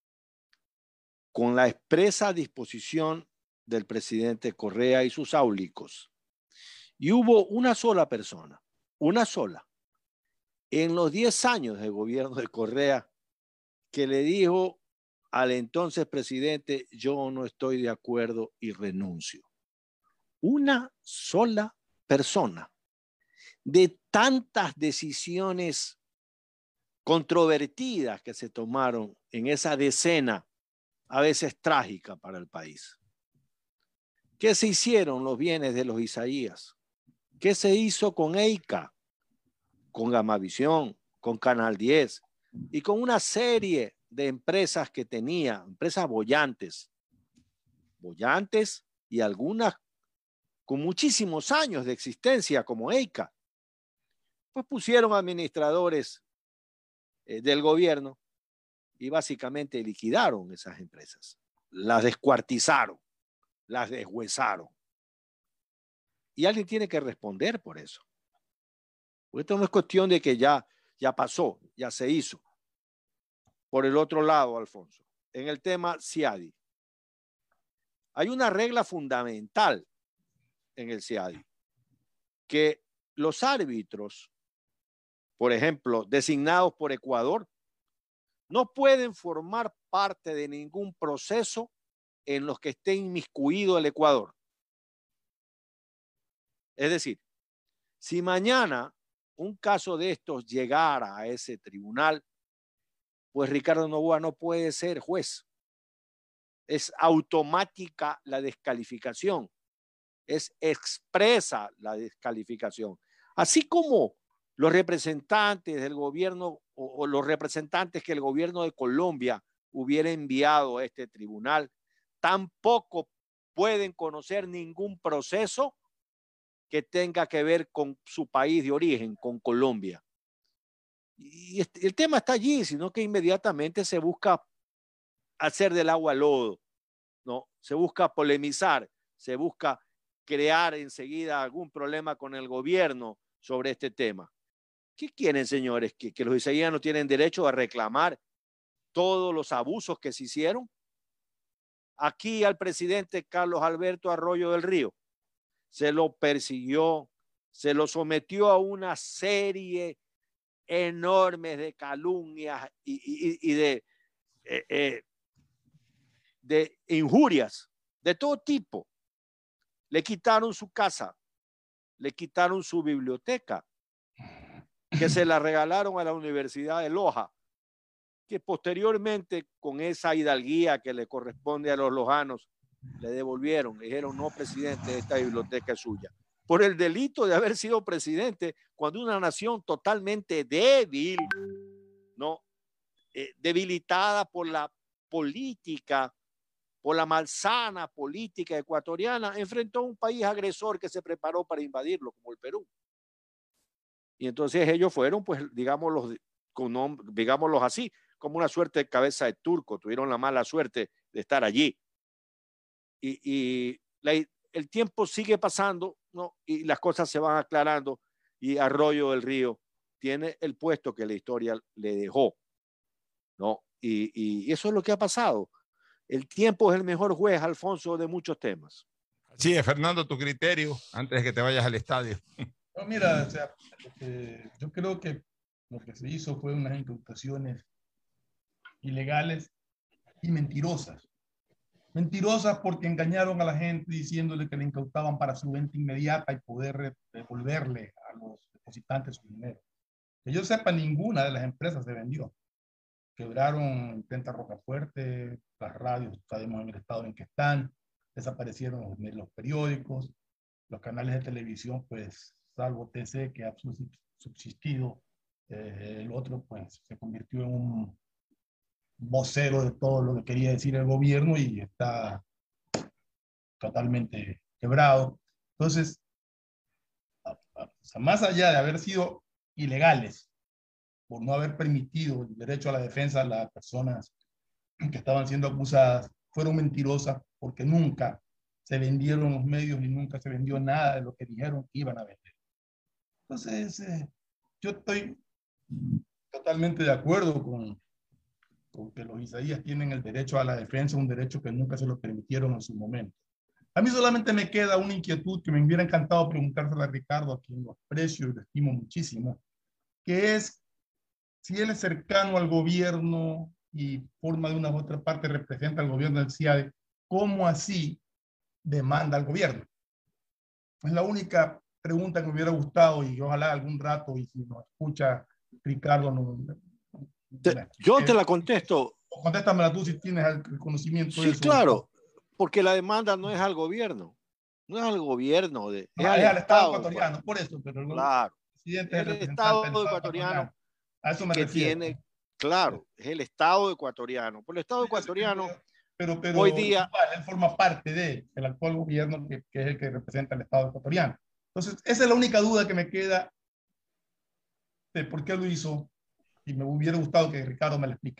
con la expresa disposición del presidente Correa y sus áulicos. Y hubo una sola persona, una sola, en los diez años de gobierno de Correa, que le dijo al entonces presidente: yo no estoy de acuerdo y renuncio. Una sola persona. De tantas decisiones controvertidas que se tomaron en esa decena, a veces trágica para el país. ¿Qué se hicieron los bienes de los Isaías? ¿Qué se hizo con EICA, con Gamavisión, con Canal diez y con una serie de empresas que tenía, empresas bollantes, bollantes y algunas con muchísimos años de existencia como EICA? Pues pusieron administradores eh, del gobierno y básicamente liquidaron esas empresas, las descuartizaron, las deshuesaron. Y alguien tiene que responder por eso. Porque esto no es cuestión de que ya, ya pasó, ya se hizo. Por el otro lado, Alfonso, en el tema CIADI, hay una regla fundamental en el CIADI, que los árbitros, por ejemplo, designados por Ecuador, no pueden formar parte de ningún proceso en los que esté inmiscuido el Ecuador. Es decir, si mañana un caso de estos llegara a ese tribunal, pues Ricardo Noboa no puede ser juez. Es automática la descalificación, es expresa la descalificación. Así como los representantes del gobierno o, o los representantes que el gobierno de Colombia hubiera enviado a este tribunal, tampoco pueden conocer ningún proceso que tenga que ver con su país de origen, con Colombia. Y este, el tema está allí, sino que inmediatamente se busca hacer del agua lodo, ¿no? Se busca polemizar, se busca crear enseguida algún problema con el gobierno sobre este tema. ¿Qué quieren, señores? ¿Que, que los isaíanos tienen derecho a reclamar todos los abusos que se hicieron? Aquí al presidente Carlos Alberto Arroyo del Río se lo persiguió, se lo sometió a una serie enorme de calumnias y, y, y de, eh, eh, de injurias de todo tipo. Le quitaron su casa, le quitaron su biblioteca, que se la regalaron a la Universidad de Loja, que posteriormente, con esa hidalguía que le corresponde a los lojanos, le devolvieron, le dijeron: no, presidente, esta biblioteca es suya, por el delito de haber sido presidente cuando una nación totalmente débil, ¿no? Eh, debilitada por la política, por la malsana política ecuatoriana, enfrentó a un país agresor que se preparó para invadirlo, como el Perú. Y entonces ellos fueron, pues, digámoslo, con, digámoslos así, como una suerte de cabeza de turco, tuvieron la mala suerte de estar allí. Y, y la, el tiempo sigue pasando, ¿no? Y las cosas se van aclarando y Arroyo del Río tiene el puesto que la historia le dejó, ¿no? Y, y eso es lo que ha pasado. El tiempo es el mejor juez, Alfonso, de muchos temas. Así es, Fernando, tu criterio antes de que te vayas al estadio. No, mira, o sea, eh, yo creo que lo que se hizo fue unas incautaciones ilegales y mentirosas. Mentirosas porque engañaron a la gente diciéndole que le incautaban para su venta inmediata y poder devolverle a los depositantes su dinero. Que yo sepa, ninguna de las empresas se vendió. quebraron Intenta Rocafuerte, las radios, sabemos en el estado en que están, desaparecieron los periódicos, los canales de televisión, pues, salvo T C, que ha subsistido, eh, el otro, pues, se convirtió en un vocero de todo lo que quería decir el gobierno y está totalmente quebrado. Entonces, o sea, más allá de haber sido ilegales por no haber permitido el derecho a la defensa a las personas que estaban siendo acusadas, fueron mentirosas porque nunca se vendieron los medios ni nunca se vendió nada de lo que dijeron que iban a vender. Entonces, eh, yo estoy totalmente de acuerdo con, con que los Isaías tienen el derecho a la defensa, un derecho que nunca se lo permitieron en su momento. A mí solamente me queda una inquietud que me hubiera encantado preguntársela a Ricardo, a quien lo aprecio y lo estimo muchísimo, que es si él es cercano al gobierno y forma de una u otra parte representa al gobierno del C I A D E, ¿cómo así demanda al gobierno? Es la única pregunta que me hubiera gustado y ojalá algún rato, y si nos escucha Ricardo, no, te, yo te la contesto. Contéstamela tú si tienes el conocimiento sí, de eso. Sí, claro, porque la demanda no es al gobierno, no es al gobierno, de, no, es, al es al Estado ecuatoriano, por eso, pero claro, el presidente es el Estado ecuatoriano, ecuatoriano a eso me que refiero. Tiene, claro, es el Estado ecuatoriano. Por el Estado sí, ecuatoriano, pero, pero hoy día... igual, él forma parte de, del actual gobierno que, que es el que representa al Estado ecuatoriano. Entonces, esa es la única duda que me queda de por qué lo hizo, y me hubiera gustado que Ricardo me la explique.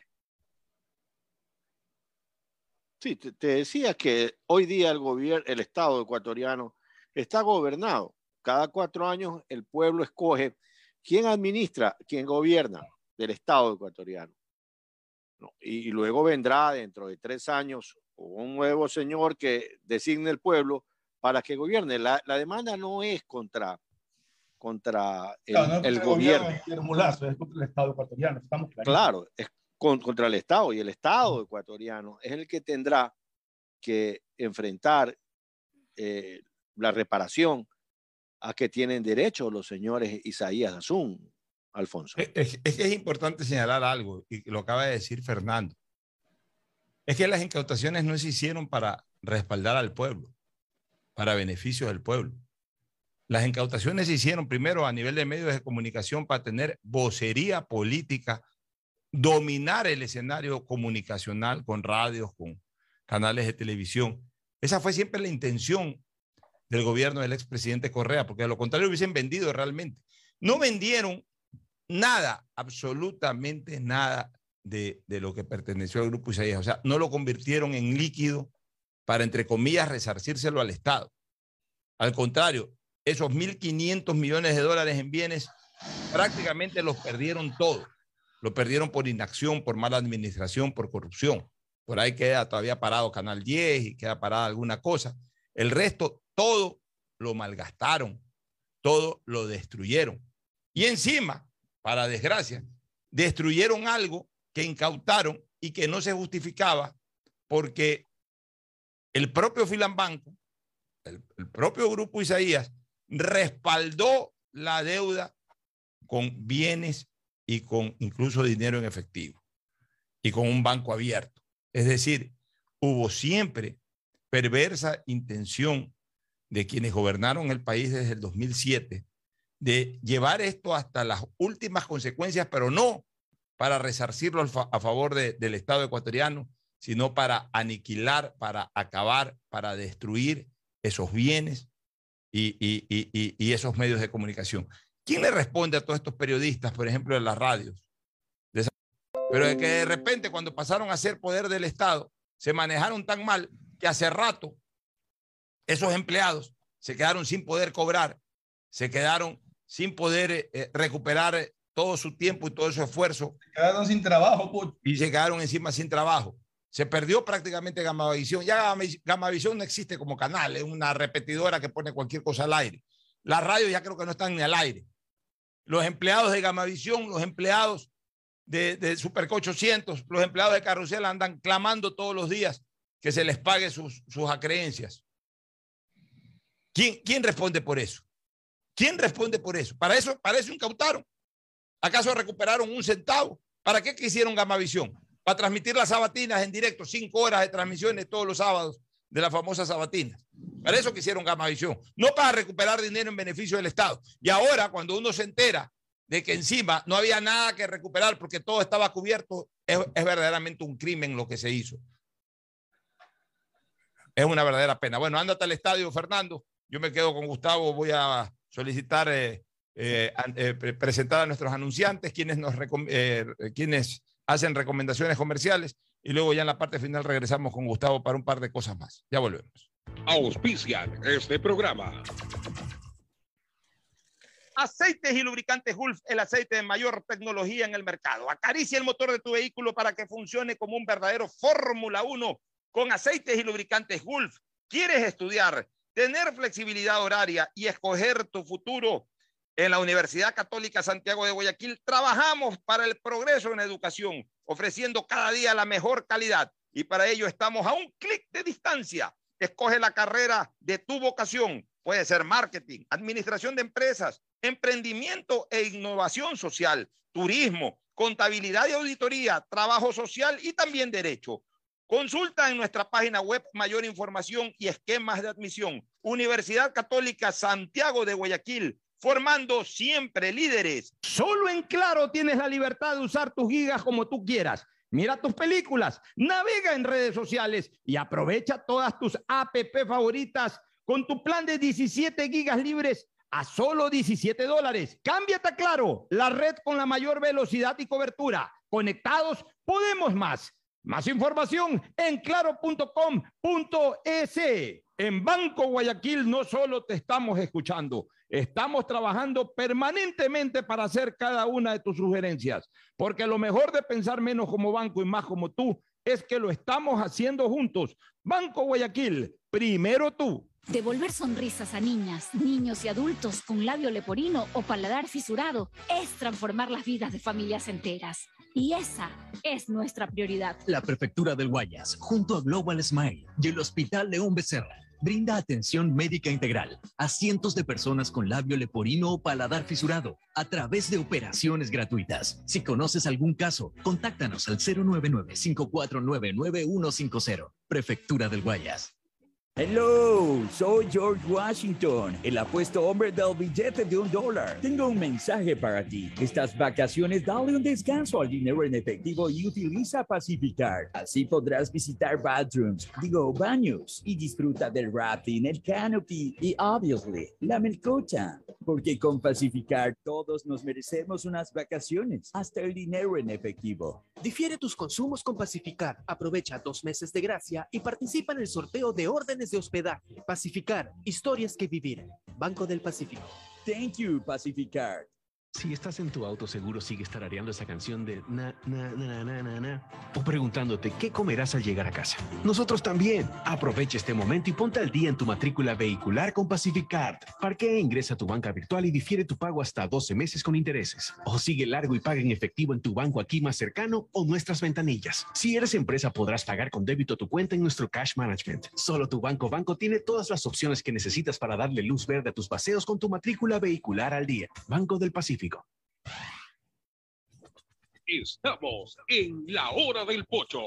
Sí, te, te decía que hoy día el gobierno, el Estado ecuatoriano está gobernado. Cada cuatro años el pueblo escoge quién administra, quién gobierna del Estado ecuatoriano. ¿No? Y, y luego vendrá dentro de tres años un nuevo señor que designe el pueblo para que gobierne. La, la demanda no es contra, contra el, claro, no es el, el gobierno. gobierno. Mulazo, es contra el Estado ecuatoriano. Estamos claro, es con, contra el Estado, y el Estado ecuatoriano es el que tendrá que enfrentar eh, la reparación a que tienen derecho los señores Isaías Azún, Alfonso. Es, es, es que es importante señalar algo, y lo acaba de decir Fernando. Es que las incautaciones no se hicieron para respaldar al pueblo, para beneficio del pueblo. Las incautaciones se hicieron primero a nivel de medios de comunicación para tener vocería política, dominar el escenario comunicacional con radios, con canales de televisión. Esa fue siempre la intención del gobierno del expresidente Correa, porque de lo contrario hubiesen vendido realmente. No vendieron nada, absolutamente nada de, de lo que perteneció al Grupo Isaías. O sea, no lo convirtieron en líquido para, entre comillas, resarcírselo al Estado. Al contrario, esos mil quinientos millones de dólares en bienes prácticamente los perdieron todos. Lo perdieron por inacción, por mala administración, por corrupción. Por ahí queda todavía parado Canal diez y queda parada alguna cosa. El resto, todo lo malgastaron, todo lo destruyeron. Y encima, para desgracia, destruyeron algo que incautaron y que no se justificaba porque el propio Filambanco, el, el propio Grupo Isaías, respaldó la deuda con bienes y con incluso dinero en efectivo y con un banco abierto. Es decir, hubo siempre perversa intención de quienes gobernaron el país desde el dos mil siete de llevar esto hasta las últimas consecuencias, pero no para resarcirlo a favor de, del Estado ecuatoriano, sino para aniquilar, para acabar, para destruir esos bienes y, y, y, y esos medios de comunicación. ¿Quién le responde a todos estos periodistas, por ejemplo, en las radios? Pero de que de repente, cuando pasaron a ser poder del Estado, se manejaron tan mal que hace rato esos empleados se quedaron sin poder cobrar, se quedaron sin poder eh, recuperar todo su tiempo y todo su esfuerzo. Se quedaron sin trabajo, Pocho. Y se quedaron encima sin trabajo. Se perdió prácticamente Gamavisión. Ya Gamavisión no existe como canal, es una repetidora que pone cualquier cosa al aire. Las radios ya creo que no están ni al aire. Los empleados de Gamavisión, los empleados de, de Superco ochocientos, los empleados de Carrusel andan clamando todos los días que se les pague sus, sus acreencias. ¿Quién, ¿Quién responde por eso? ¿Quién responde por eso? ¿Para eso, para eso incautaron? ¿Acaso recuperaron un centavo? ¿Para qué quisieron Gamavisión? Para transmitir las sabatinas en directo, cinco horas de transmisiones todos los sábados de las famosas sabatinas. Para eso quisieron Gamavisión, no para recuperar dinero en beneficio del Estado. Y ahora, cuando uno se entera de que encima no había nada que recuperar porque todo estaba cubierto, es, es verdaderamente un crimen lo que se hizo. Es una verdadera pena. Bueno, ándate al estadio, Fernando. Yo me quedo con Gustavo. Voy a solicitar, eh, eh, eh, presentar a nuestros anunciantes, quienes, nos eh, quienes hacen recomendaciones comerciales, y luego ya en la parte final regresamos con Gustavo para un par de cosas más. Ya volvemos. Auspician este programa. Aceites y lubricantes Gulf, el aceite de mayor tecnología en el mercado. Acaricia el motor de tu vehículo para que funcione como un verdadero Fórmula uno con aceites y lubricantes Gulf. ¿Quieres estudiar, tener flexibilidad horaria y escoger tu futuro? En la Universidad Católica Santiago de Guayaquil trabajamos para el progreso en educación, ofreciendo cada día la mejor calidad. Y para ello estamos a un clic de distancia. Escoge la carrera de tu vocación. Puede ser marketing, administración de empresas, emprendimiento e innovación social, turismo, contabilidad y auditoría, trabajo social y también derecho. Consulta en nuestra página web mayor información y esquemas de admisión. Universidad Católica Santiago de Guayaquil, formando siempre líderes. Solo en Claro tienes la libertad de usar tus gigas como tú quieras. Mira tus películas, navega en redes sociales y aprovecha todas tus app favoritas con tu plan de diecisiete gigas libres a solo diecisiete dólares. Cámbiate a Claro, la red con la mayor velocidad y cobertura. Conectados, podemos más. Más información en claro punto com punto es. En Banco Guayaquil no solo te estamos escuchando, estamos trabajando permanentemente para hacer cada una de tus sugerencias, porque lo mejor de pensar menos como banco y más como tú es que lo estamos haciendo juntos. Banco Guayaquil, primero tú. Devolver sonrisas a niñas, niños y adultos con labio leporino o paladar fisurado es transformar las vidas de familias enteras. Y esa es nuestra prioridad. La Prefectura del Guayas, junto a Global Smile y el Hospital León Becerra, brinda atención médica integral a cientos de personas con labio leporino o paladar fisurado a través de operaciones gratuitas. Si conoces algún caso, contáctanos al cero nueve nueve, cinco cuatro nueve, nueve uno cinco cero. Prefectura del Guayas. Hello, soy George Washington, el apuesto hombre del billete de un dólar. Tengo un mensaje para ti. Estas vacaciones dale un descanso al dinero en efectivo y utiliza Pacificard. Así podrás visitar bathrooms, digo baños, y disfruta del rafting, el canopy y, obviously, la melcocha. Porque con Pacificard todos nos merecemos unas vacaciones, hasta el dinero en efectivo. Difiere tus consumos con Pacificard. Aprovecha dos meses de gracia y participa en el sorteo de órdenes de hospedaje. Pacificar, historias que vivir. Banco del Pacífico. Thank you, Pacificard. Si estás en tu auto, seguro sigues tarareando esa canción de na, na, na, na, na, na, o preguntándote qué comerás al llegar a casa. Nosotros también. Aprovecha este momento y ponte al día en tu matrícula vehicular con Pacificard. Parquea, ingresa a tu banca virtual y difiere tu pago hasta doce meses con intereses. O sigue largo y paga en efectivo en tu banco aquí más cercano o nuestras ventanillas. Si eres empresa, podrás pagar con débito tu cuenta en nuestro Cash Management. Solo tu banco banco tiene todas las opciones que necesitas para darle luz verde a tus paseos con tu matrícula vehicular al día. Banco del Pacífico. Estamos en la hora del pocho.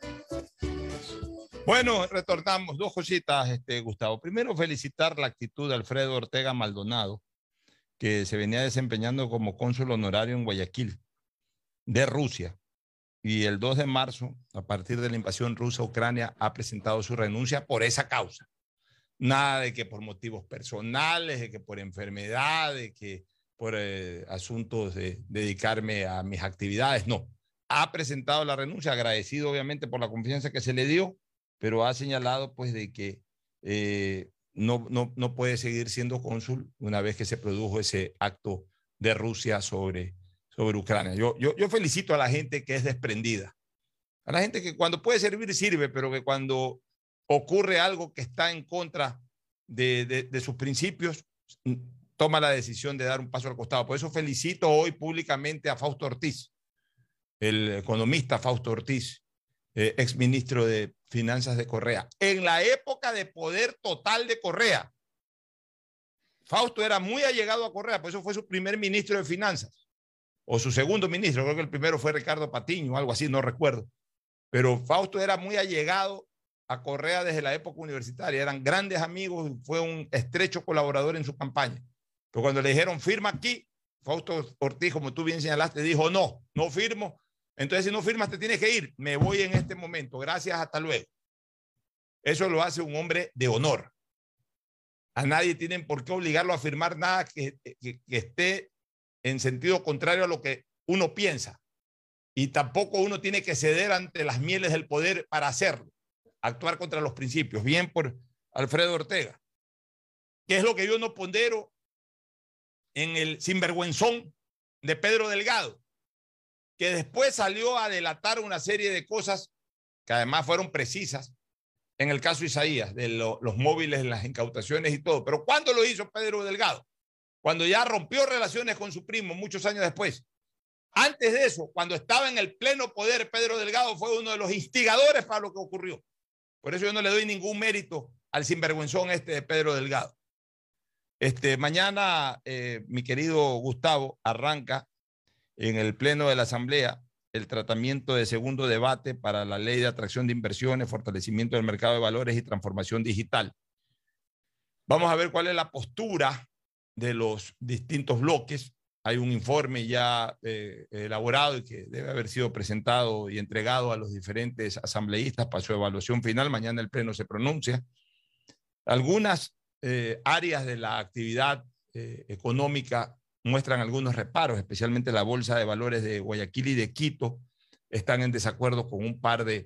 Bueno, retornamos. Dos cositas, este, Gustavo. Primero, felicitar la actitud de Alfredo Ortega Maldonado, que se venía desempeñando como cónsul honorario en Guayaquil, de Rusia. Y el dos de marzo, a partir de la invasión rusa a Ucrania, ha presentado su renuncia por esa causa. Nada de que por motivos personales, de que por enfermedad, de que por eh, asuntos de dedicarme a mis actividades, no. Ha presentado la renuncia, agradecido obviamente por la confianza que se le dio, pero ha señalado pues de que eh, no, no, no puede seguir siendo cónsul una vez que se produjo ese acto de Rusia sobre, sobre Ucrania. Yo, yo, yo felicito a la gente que es desprendida, a la gente que cuando puede servir, sirve, pero que cuando ocurre algo que está en contra de, de, de sus principios, toma la decisión de dar un paso al costado. Por eso felicito hoy públicamente a Fausto Ortiz, el economista Fausto Ortiz, eh, exministro de Finanzas de Correa. En la época de poder total de Correa, Fausto era muy allegado a Correa, por eso fue su primer ministro de Finanzas. o su segundo ministro, creo que el primero fue Ricardo Patiño, algo así, no recuerdo. Pero Fausto era muy allegado a Correa desde la época universitaria, eran grandes amigos y fue un estrecho colaborador en su campaña. Pero cuando le dijeron firma aquí, Fausto Ortiz, como tú bien señalaste, dijo no, no firmo. Entonces, si no firmas, te tienes que ir. Me voy en este momento. Gracias, hasta luego. Eso lo hace un hombre de honor. A nadie tienen por qué obligarlo a firmar nada que, que, que esté en sentido contrario a lo que uno piensa. Y tampoco uno tiene que ceder ante las mieles del poder para hacerlo. Actuar contra los principios. Bien por Alfredo Ortega. ¿Qué es lo que yo no pondero en el sinvergüenzón de Pedro Delgado? Que después salió a delatar una serie de cosas que además fueron precisas en el caso Isaías, de lo, los móviles, las incautaciones y todo. Pero ¿cuándo lo hizo Pedro Delgado? Cuando ya rompió relaciones con su primo muchos años después. Antes de eso, cuando estaba en el pleno poder, Pedro Delgado fue uno de los instigadores para lo que ocurrió. Por eso yo no le doy ningún mérito al sinvergüenzón este de Pedro Delgado. Este, mañana, eh, mi querido Gustavo, arranca en el pleno de la Asamblea el tratamiento de segundo debate para la Ley de Atracción de Inversiones, Fortalecimiento del Mercado de Valores y Transformación Digital. Vamos a ver cuál es la postura de los distintos bloques. Hay un informe ya eh, elaborado y que debe haber sido presentado y entregado a los diferentes asambleístas para su evaluación final. Mañana el pleno se pronuncia. Algunas eh, áreas de la actividad eh, económica muestran algunos reparos, especialmente la Bolsa de Valores de Guayaquil y de Quito están en desacuerdo con un par de,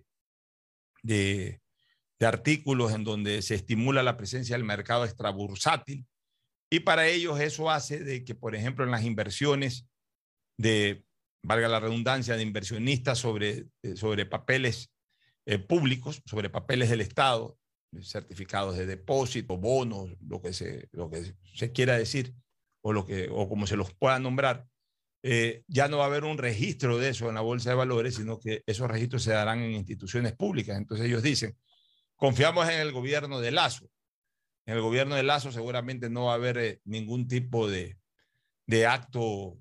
de, de artículos en donde se estimula la presencia del mercado extrabursátil, y para ellos eso hace de que, por ejemplo, en las inversiones de, valga la redundancia, de inversionistas sobre, sobre papeles eh, públicos, sobre papeles del Estado, certificados de depósito, bonos, lo que se, lo que se quiera decir, o, lo que, o como se los pueda nombrar, eh, ya no va a haber un registro de eso en la Bolsa de Valores, sino que esos registros se darán en instituciones públicas. Entonces ellos dicen, confiamos en el gobierno de Lazo. En el gobierno de Lazo seguramente no va a haber eh, ningún tipo de, de acto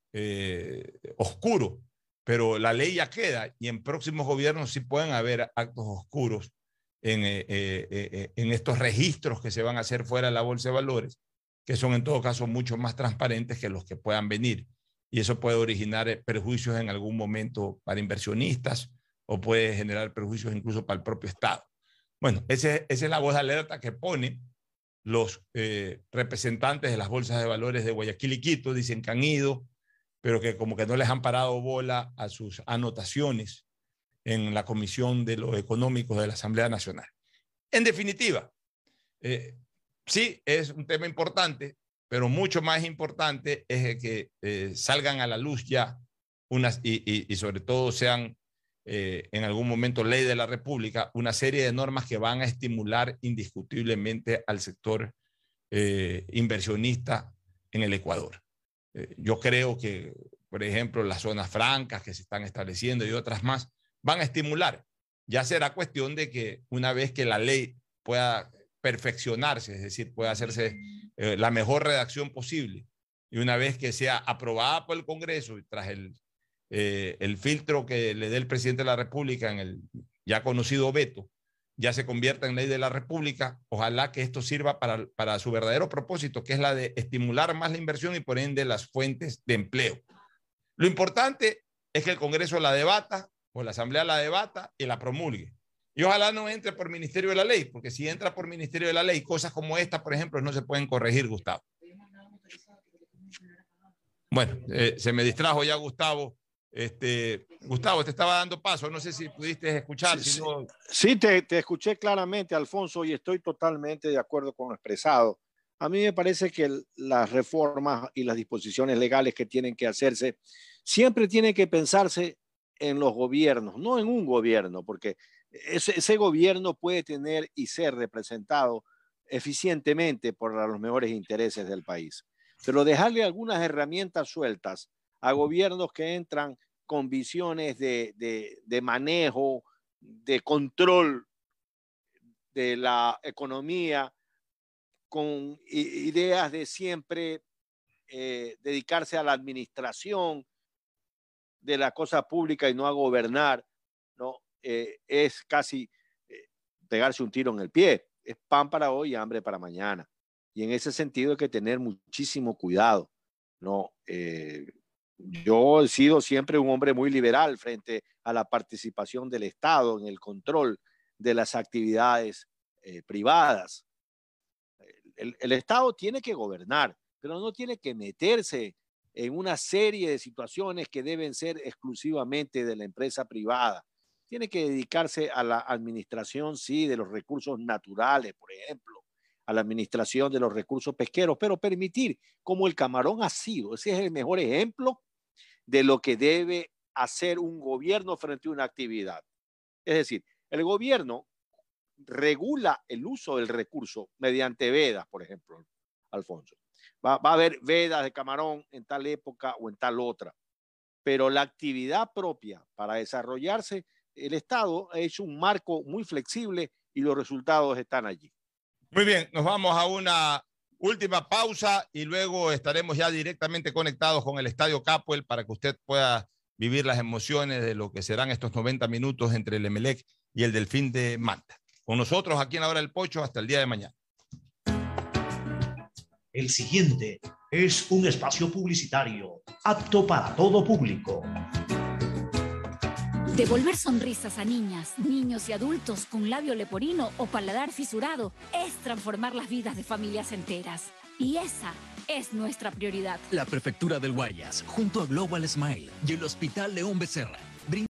eh, oscuro, pero la ley ya queda y en próximos gobiernos sí pueden haber actos oscuros en, eh, eh, eh, en estos registros que se van a hacer fuera de la Bolsa de Valores, que son en todo caso mucho más transparentes que los que puedan venir. Y eso puede originar perjuicios en algún momento para inversionistas o puede generar perjuicios incluso para el propio Estado. Bueno, ese, esa es la voz de alerta que ponen los eh, representantes de las bolsas de valores de Guayaquil y Quito. Dicen que han ido, pero que como que no les han parado bola a sus anotaciones en la Comisión de los Económicos de la Asamblea Nacional. En definitiva, eh, sí, es un tema importante, pero mucho más importante es que eh, salgan a la luz ya unas, y, y, y sobre todo sean eh, en algún momento ley de la República, una serie de normas que van a estimular indiscutiblemente al sector eh, inversionista en el Ecuador. Eh, yo creo que, por ejemplo, las zonas francas que se están estableciendo y otras más van a estimular. Ya será cuestión de que una vez que la ley pueda perfeccionarse, es decir, puede hacerse eh, la mejor redacción posible, y una vez que sea aprobada por el Congreso y tras el, eh, el filtro que le dé el presidente de la República en el ya conocido veto, ya se convierta en ley de la República, ojalá que esto sirva para, para su verdadero propósito, que es la de estimular más la inversión y por ende las fuentes de empleo. Lo importante es que el Congreso la debata o la Asamblea la debata y la promulgue. Y ojalá no entre por Ministerio de la Ley, porque si entra por Ministerio de la Ley, cosas como esta, por ejemplo, no se pueden corregir, Gustavo. Bueno, eh, se me distrajo ya Gustavo. Este, Gustavo, te estaba dando paso, no sé si pudiste escuchar. Sí, si no... sí te, te escuché claramente, Alfonso, y estoy totalmente de acuerdo con lo expresado. A mí me parece que el, las reformas y las disposiciones legales que tienen que hacerse siempre tienen que pensarse en los gobiernos, no en un gobierno, porque ese, ese gobierno puede tener y ser representado eficientemente por los mejores intereses del país. Pero dejarle algunas herramientas sueltas a gobiernos que entran con visiones de, de, de manejo, de control de la economía, con ideas de siempre eh, dedicarse a la administración de la cosa pública y no a gobernar, ¿no? Eh, es casi eh, pegarse un tiro en el pie. Es pan para hoy y hambre para mañana. Y en ese sentido hay que tener muchísimo cuidado, ¿no? Eh, yo he sido siempre un hombre muy liberal frente a la participación del Estado en el control de las actividades eh, privadas. El, el Estado tiene que gobernar, pero no tiene que meterse en una serie de situaciones que deben ser exclusivamente de la empresa privada. Tiene que dedicarse a la administración, sí, de los recursos naturales, por ejemplo, a la administración de los recursos pesqueros, pero permitir, como el camarón ha sido, ese es el mejor ejemplo de lo que debe hacer un gobierno frente a una actividad. Es decir, el gobierno regula el uso del recurso mediante vedas, por ejemplo, Alfonso. Va, va a haber vedas de camarón en tal época o en tal otra, pero la actividad propia para desarrollarse, el Estado ha hecho un marco muy flexible y los resultados están allí. Muy bien, nos vamos a una última pausa y luego estaremos ya directamente conectados con el Estadio Capuel para que usted pueda vivir las emociones de lo que serán estos noventa minutos entre el Emelec y el Delfín de Manta. Con nosotros aquí en la Hora del Pocho hasta el día de mañana. El siguiente es un espacio publicitario apto para todo público. Devolver sonrisas a niñas, niños y adultos con labio leporino o paladar fisurado es transformar las vidas de familias enteras. Y esa es nuestra prioridad. La Prefectura del Guayas, junto a Global Smile y el Hospital León Becerra,